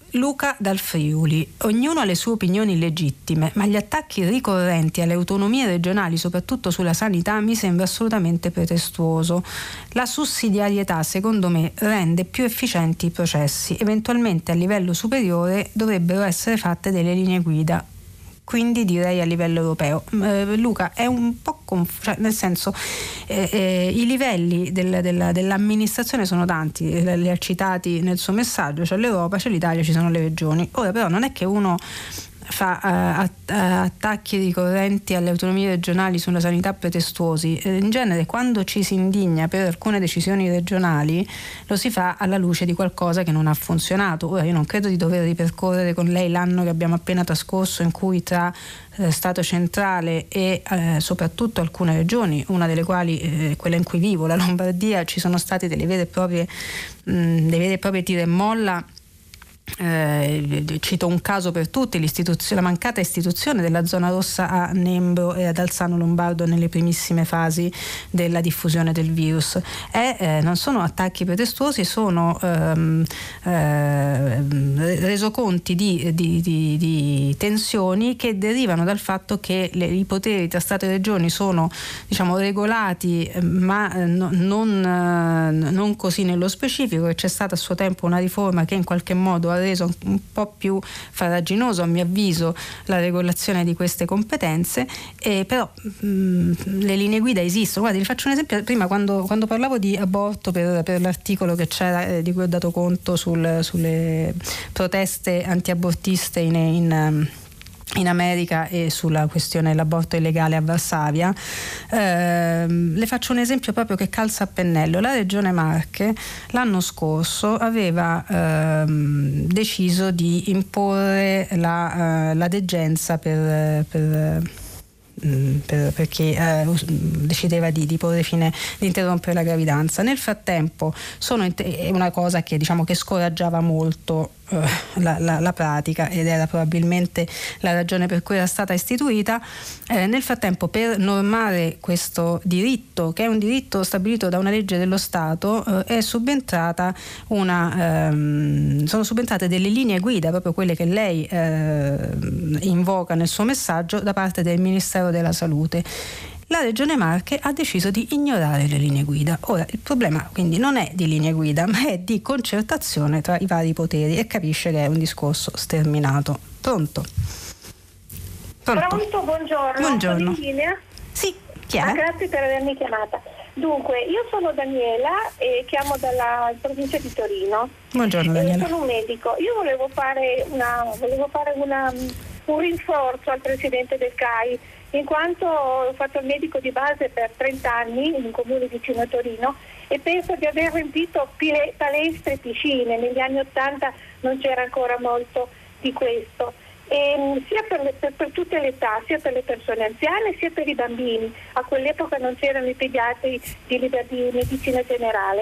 Luca dal Friuli. Ognuno ha le sue opinioni legittime, ma gli attacchi ricorrenti alle autonomie regionali, soprattutto sulla sanità, mi sembra assolutamente pretestuoso. La sussidiarietà, secondo me, rende più efficienti i processi. Eventualmente a livello superiore dovrebbero essere fatte delle linee guida, quindi direi a livello europeo. Eh, Luca, è un po' conf- cioè, nel senso eh, eh, i livelli del, del, dell'amministrazione sono tanti, li ha citati nel suo messaggio, c'è l'Europa, c'è l'Italia, ci sono le regioni. Ora però non è che uno fa uh, att- attacchi ricorrenti alle autonomie regionali sulla sanità pretestuosi. Eh, in genere quando ci si indigna per alcune decisioni regionali lo si fa alla luce di qualcosa che non ha funzionato. Ora io non credo di dover ripercorrere con lei l'anno che abbiamo appena trascorso, in cui tra eh, Stato centrale e eh, soprattutto alcune regioni, una delle quali eh, quella in cui vivo, la Lombardia, ci sono state delle vere e proprie mh, delle vere e proprie tira e molla. Eh, cito un caso per tutti, la mancata istituzione della zona rossa a Nembro e ad Alzano Lombardo nelle primissime fasi della diffusione del virus. E, eh, non sono attacchi pretestuosi, sono ehm, eh, resoconti di, di, di, di tensioni che derivano dal fatto che le, i poteri tra Stato e Regioni sono, diciamo, regolati, ma no, non, eh, non così nello specifico, e c'è stata a suo tempo una riforma che in qualche modo ha reso un po' più farraginoso, a mio avviso, la regolazione di queste competenze, eh, però mh, le linee guida esistono. Guardi, vi faccio un esempio. Prima quando, quando parlavo di aborto per, per l'articolo che c'era, eh, di cui ho dato conto sul, sulle proteste antiabortiste in, in in America e sulla questione dell'aborto illegale a Varsavia, eh, le faccio un esempio proprio che calza a pennello. La Regione Marche l'anno scorso aveva eh, deciso di imporre la, eh, la degenza per, per Per, perché eh, decideva di, di porre fine, di interrompere la gravidanza. Nel frattempo sono è una cosa che, diciamo, che scoraggiava molto eh, la, la, la pratica, ed era probabilmente la ragione per cui era stata istituita. Eh, nel frattempo, per normare questo diritto, che è un diritto stabilito da una legge dello Stato, eh, è subentrata una ehm, sono subentrate delle linee guida, proprio quelle che lei eh, invoca nel suo messaggio, da parte del Ministero della Salute. La Regione Marche ha deciso di ignorare le linee guida. Ora, il problema quindi non è di linee guida, ma è di concertazione tra i vari poteri, e capisce che è un discorso sterminato. Pronto? Pronto? Pronto, buongiorno. Buongiorno. Sono in linea? Sì, chi è? Ah, grazie per avermi chiamata. Dunque, io sono Daniela e chiamo dalla provincia di Torino. Buongiorno Daniela. E sono un medico. Io volevo fare una volevo fare una un rinforzo al presidente del C A I, in quanto ho fatto il medico di base per trenta anni in un comune vicino a Torino, e penso di aver riempito pile, palestre e piscine. Negli anni Ottanta non c'era ancora molto di questo, e, sia per, le, per, per tutte le età, sia per le persone anziane sia per i bambini. A quell'epoca non c'erano i pediatri di, di medicina generale.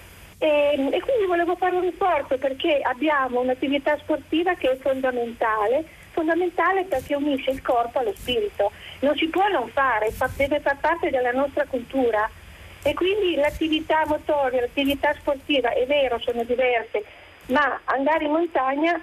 E, e quindi volevo fare un rinforzo, perché abbiamo un'attività sportiva che è fondamentale fondamentale perché unisce il corpo allo spirito. Non si può non fare, fa, deve far parte della nostra cultura, e quindi l'attività motoria, l'attività sportiva, è vero, sono diverse, ma andare in montagna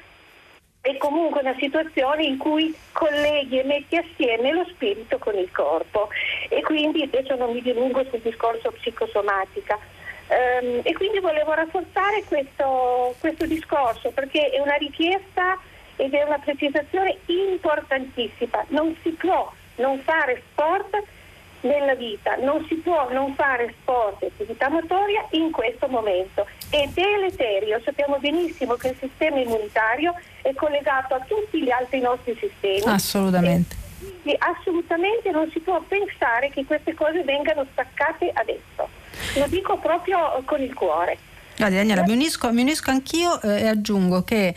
è comunque una situazione in cui colleghi e metti assieme lo spirito con il corpo, e quindi adesso non mi dilungo sul discorso psicosomatica. Um, e quindi volevo rafforzare questo, questo discorso, perché è una richiesta ed è una precisazione importantissima. Non si può non fare sport nella vita, non si può non fare sport e attività motoria in questo momento. È deleterio, sappiamo benissimo che il sistema immunitario è collegato a tutti gli altri nostri sistemi. Assolutamente. E assolutamente non si può pensare che queste cose vengano staccate adesso. Lo dico proprio con il cuore. Guardi Daniela, mi unisco, mi unisco anch'io eh, e aggiungo che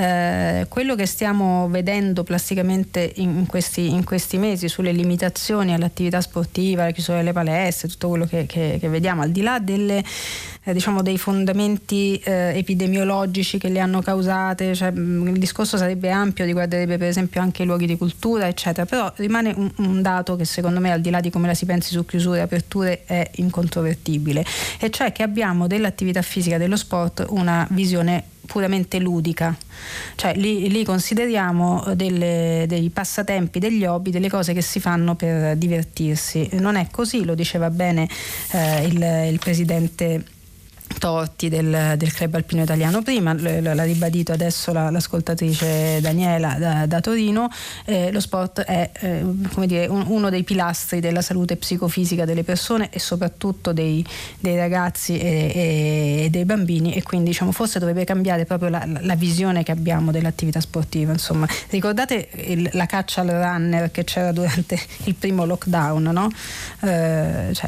eh, quello che stiamo vedendo plasticamente in questi, in questi mesi sulle limitazioni all'attività sportiva, la chiusura delle palestre, tutto quello che, che, che vediamo, al di là delle eh, diciamo dei fondamenti eh, epidemiologici che le hanno causate, cioè, mh, il discorso sarebbe ampio, riguarderebbe per esempio anche i luoghi di cultura eccetera, però rimane un, un dato che secondo me, al di là di come la si pensi su chiusure e aperture, è incontrovertibile, e cioè che abbiamo dell'attività fisica, dello sport, una visione puramente ludica, cioè lì, lì consideriamo delle, dei passatempi, degli hobby, delle cose che si fanno per divertirsi. Non è così, lo diceva bene eh, il, il presidente Torti del, del Club Alpino Italiano prima, l'ha ribadito adesso la, l'ascoltatrice Daniela da, da Torino. Eh, lo sport è eh, come dire, un, uno dei pilastri della salute psicofisica delle persone e soprattutto dei, dei ragazzi e, e dei bambini, e quindi diciamo forse dovrebbe cambiare proprio la, la visione che abbiamo dell'attività sportiva. Insomma, ricordate il, la caccia al runner che c'era durante il primo lockdown, no? Eh, cioè,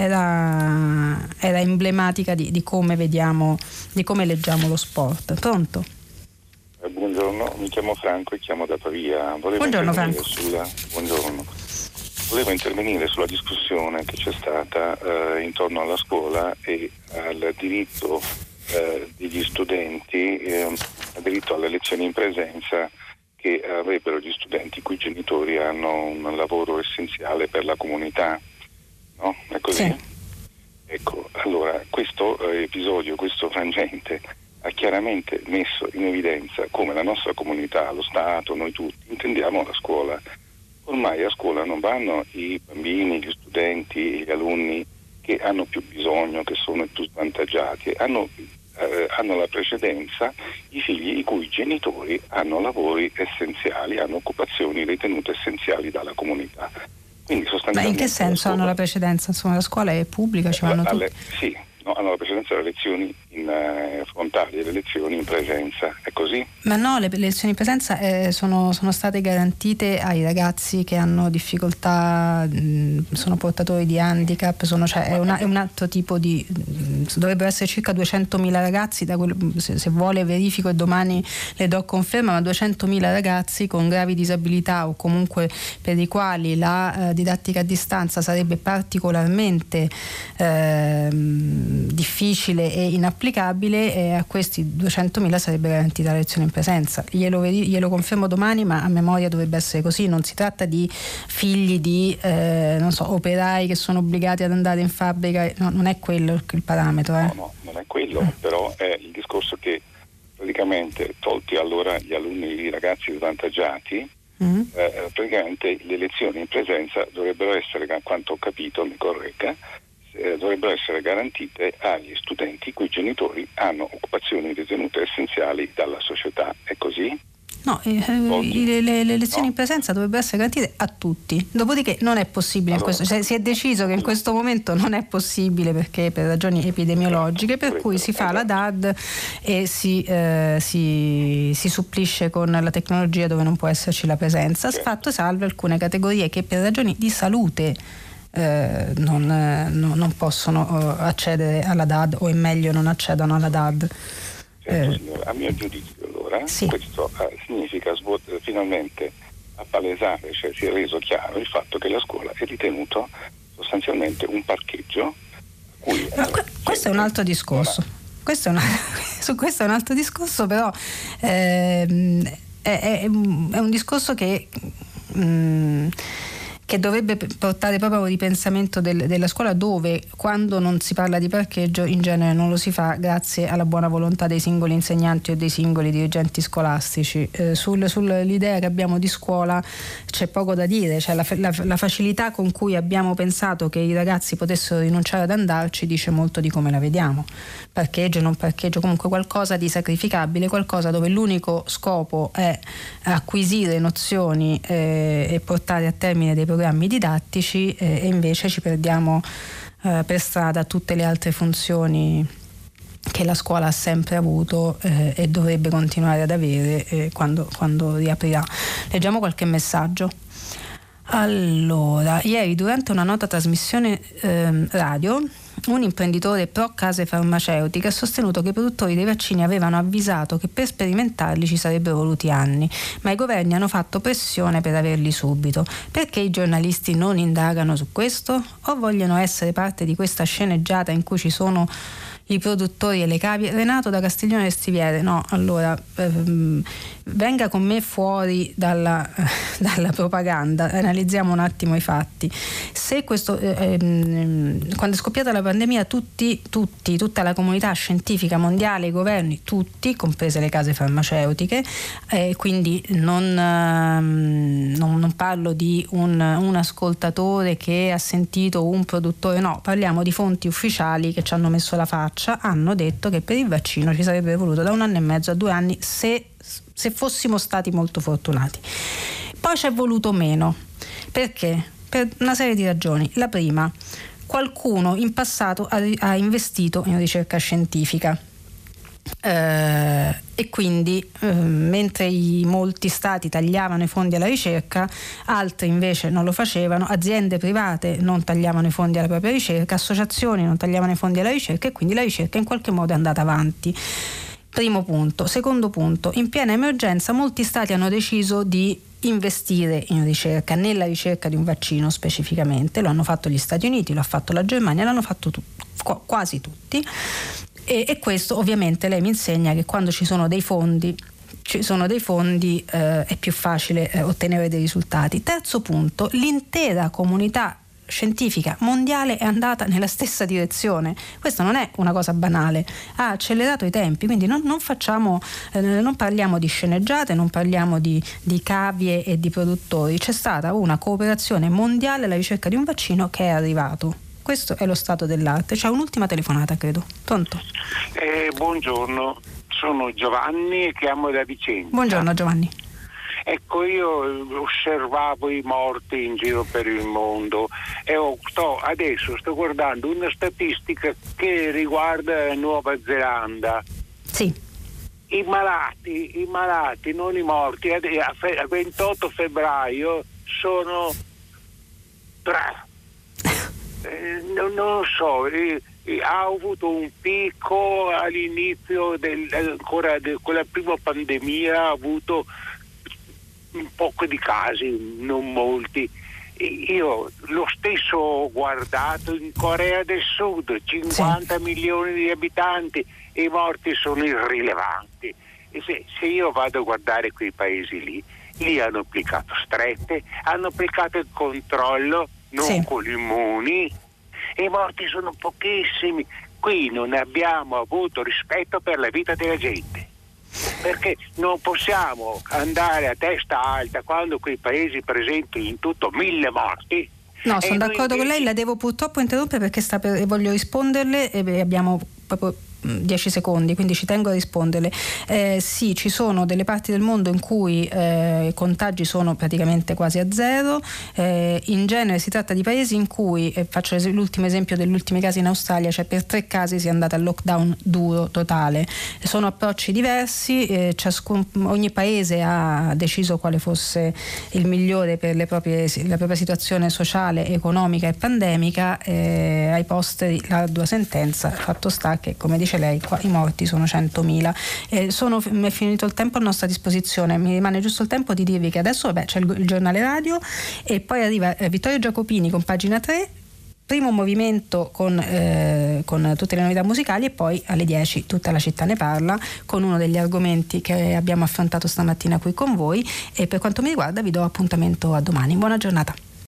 era, era emblematica di, di come vediamo, di come leggiamo lo sport. Pronto? Eh, buongiorno, mi chiamo Franco e chiamo da Pavia. Volevo buongiorno Franco. Sulla, buongiorno. Volevo intervenire sulla discussione che c'è stata eh, intorno alla scuola e al diritto eh, degli studenti, eh, al diritto alle lezioni in presenza che avrebbero gli studenti i cui genitori hanno un lavoro essenziale per la comunità. No? È così? Sì. Ecco, allora questo eh, episodio, questo frangente ha chiaramente messo in evidenza come la nostra comunità, lo Stato, noi tutti intendiamo la scuola. Ormai a scuola non vanno i bambini, gli studenti, gli alunni che hanno più bisogno, che sono più svantaggiati, hanno, eh, hanno la precedenza i figli i cui genitori hanno lavori essenziali, hanno occupazioni ritenute essenziali dalla comunità. Quindi ma in che senso hanno la precedenza? Insomma, la scuola è pubblica, ci vanno alle, tutti? Sì, no, hanno la precedenza delle lezioni in eh, frontali e le lezioni in presenza, è così? Ma no, le, le lezioni in presenza eh, sono, sono state garantite ai ragazzi che hanno difficoltà, mh, sono portatori di handicap, sono, cioè, è, una, è un altro tipo di... Mh, dovrebbero essere circa duecentomila ragazzi, da quello, se, se vuole verifico e domani le do conferma, ma duecentomila ragazzi con gravi disabilità o comunque per i quali la eh, didattica a distanza sarebbe particolarmente eh, difficile e inapplicabile, e a questi duecentomila sarebbe garantita la lezione in presenza. Glielo, glielo confermo domani, ma a memoria dovrebbe essere così. Non si tratta di figli di eh, non so, operai che sono obbligati ad andare in fabbrica, no, non è quello il, il parametro. Eh. No, no, non è quello, mm. però è il discorso che praticamente tolti allora gli alunni, i ragazzi svantaggiati, mm. eh, praticamente le lezioni in presenza dovrebbero essere, a quanto ho capito, mi corregga, Eh, dovrebbero essere garantite agli studenti i cui genitori hanno occupazioni ritenute essenziali dalla società. È così? No, eh, le, le, le lezioni no. in presenza dovrebbero essere garantite a tutti. Dopodiché non è possibile, allora, in questo, cioè, si è deciso che in questo momento non è possibile perché per ragioni epidemiologiche, per cui si fa la D A D e si, eh, si, si supplisce con la tecnologia dove non può esserci la presenza, fatto salve alcune categorie che per ragioni di salute Eh, non, eh, no, non possono uh, accedere alla D A D, o è meglio non accedono alla D A D. Certo, eh. signora, a mio giudizio allora sì. questo eh, significa svuot- finalmente appalesare, cioè si è reso chiaro il fatto che la scuola è ritenuto sostanzialmente un parcheggio a cui Ma que- questo è un altro discorso. Questo è un, su questo è un altro discorso, però ehm, è, è, è un discorso che mh, che dovrebbe portare proprio a un ripensamento del, della scuola, dove quando non si parla di parcheggio in genere non lo si fa grazie alla buona volontà dei singoli insegnanti o dei singoli dirigenti scolastici. Eh, sul, sull'idea che abbiamo di scuola c'è poco da dire, cioè la, la, la facilità con cui abbiamo pensato che i ragazzi potessero rinunciare ad andarci dice molto di come la vediamo. Parcheggio, non parcheggio, comunque qualcosa di sacrificabile, qualcosa dove l'unico scopo è acquisire nozioni eh, e portare a termine dei programmi didattici, eh, e invece ci perdiamo eh, per strada tutte le altre funzioni che la scuola ha sempre avuto eh, e dovrebbe continuare ad avere eh, quando, quando riaprirà. Leggiamo qualche messaggio. Allora, ieri durante una nota trasmissione eh, radio un imprenditore pro case farmaceutiche ha sostenuto che i produttori dei vaccini avevano avvisato che per sperimentarli ci sarebbero voluti anni, ma i governi hanno fatto pressione per averli subito. Perché i giornalisti non indagano su questo? O vogliono essere parte di questa sceneggiata in cui ci sono i produttori e le cavie. Renato da Castiglione del Stiviere, no, allora ehm, venga con me fuori dalla, dalla propaganda, analizziamo un attimo i fatti. Se questo ehm, quando è scoppiata la pandemia tutti, tutti, tutta la comunità scientifica mondiale, i governi, tutti, comprese le case farmaceutiche, eh, quindi non, ehm, non, non parlo di un, un ascoltatore che ha sentito un produttore, no, parliamo di fonti ufficiali che ci hanno messo la faccia, hanno detto che per il vaccino ci sarebbe voluto da un anno e mezzo a due anni se, se fossimo stati molto fortunati. Poi ci è voluto meno. Perché? Per una serie di ragioni. La prima, qualcuno in passato ha, ha investito in ricerca scientifica. Eh, e quindi eh, mentre i, molti stati tagliavano i fondi alla ricerca, altri invece non lo facevano, aziende private non tagliavano i fondi alla propria ricerca, associazioni non tagliavano i fondi alla ricerca, e quindi la ricerca in qualche modo è andata avanti. Primo punto. Secondo punto, in piena emergenza molti stati hanno deciso di investire in ricerca, nella ricerca di un vaccino specificamente. Lo hanno fatto gli Stati Uniti, lo ha fatto la Germania, l'hanno fatto tu, quasi tutti. E, e questo ovviamente lei mi insegna che quando ci sono dei fondi ci sono dei fondi eh, è più facile eh, ottenere dei risultati. Terzo punto, l'intera comunità scientifica mondiale è andata nella stessa direzione. Questo non è una cosa banale, ha accelerato i tempi, quindi non, non facciamo eh, non parliamo di sceneggiate, non parliamo di, di cavie e di produttori. C'è stata una cooperazione mondiale alla ricerca di un vaccino che è arrivato. Questo è lo stato dell'arte. C'è un'ultima telefonata, credo. Pronto? Eh, buongiorno, sono Giovanni e chiamo da Vicenza. Buongiorno Giovanni. Ecco, io osservavo i morti in giro per il mondo e ho, sto, adesso sto guardando una statistica che riguarda la Nuova Zelanda. Sì. I malati, i malati, non i morti, a ventotto febbraio sono tre. Eh, non, non so, eh, eh, ha avuto un picco all'inizio del, ancora de, con la prima pandemia, ha avuto un poco di casi, non molti. Io lo stesso ho guardato in Corea del Sud, cinquanta sì. milioni di abitanti, e i morti sono irrilevanti. E se, se io vado a guardare quei paesi lì, lì hanno applicato strette, hanno applicato il controllo, non sì. con gli immuni, e i morti sono pochissimi. Qui non abbiamo avuto rispetto per la vita della gente, perché non possiamo andare a testa alta quando quei paesi presentano in tutto mille morti. No, sono d'accordo invece... con lei, la devo purtroppo interrompere perché sta per, voglio risponderle e abbiamo proprio dieci secondi, quindi ci tengo a risponderle. Eh, sì, ci sono delle parti del mondo in cui eh, i contagi sono praticamente quasi a zero. Eh, in genere si tratta di paesi in cui, eh, faccio l'ultimo esempio degli ultimi casi in Australia, cioè per tre casi si è andata al lockdown duro, totale. Sono approcci diversi, eh, ciascun, ogni paese ha deciso quale fosse il migliore per le proprie, la propria situazione sociale, economica e pandemica. Eh, ai posteri l'ardua sentenza, fatto sta che, come dice lei, qua i morti sono centomila. Eh, sono, mi è finito il tempo a nostra disposizione, mi rimane giusto il tempo di dirvi che adesso vabbè, c'è il, il giornale radio e poi arriva eh, Vittorio Giacopini con Pagina tre, primo movimento con, eh, con tutte le novità musicali, e poi alle dieci Tutta la città ne parla con uno degli argomenti che abbiamo affrontato stamattina qui con voi. E per quanto mi riguarda vi do appuntamento a domani. Buona giornata.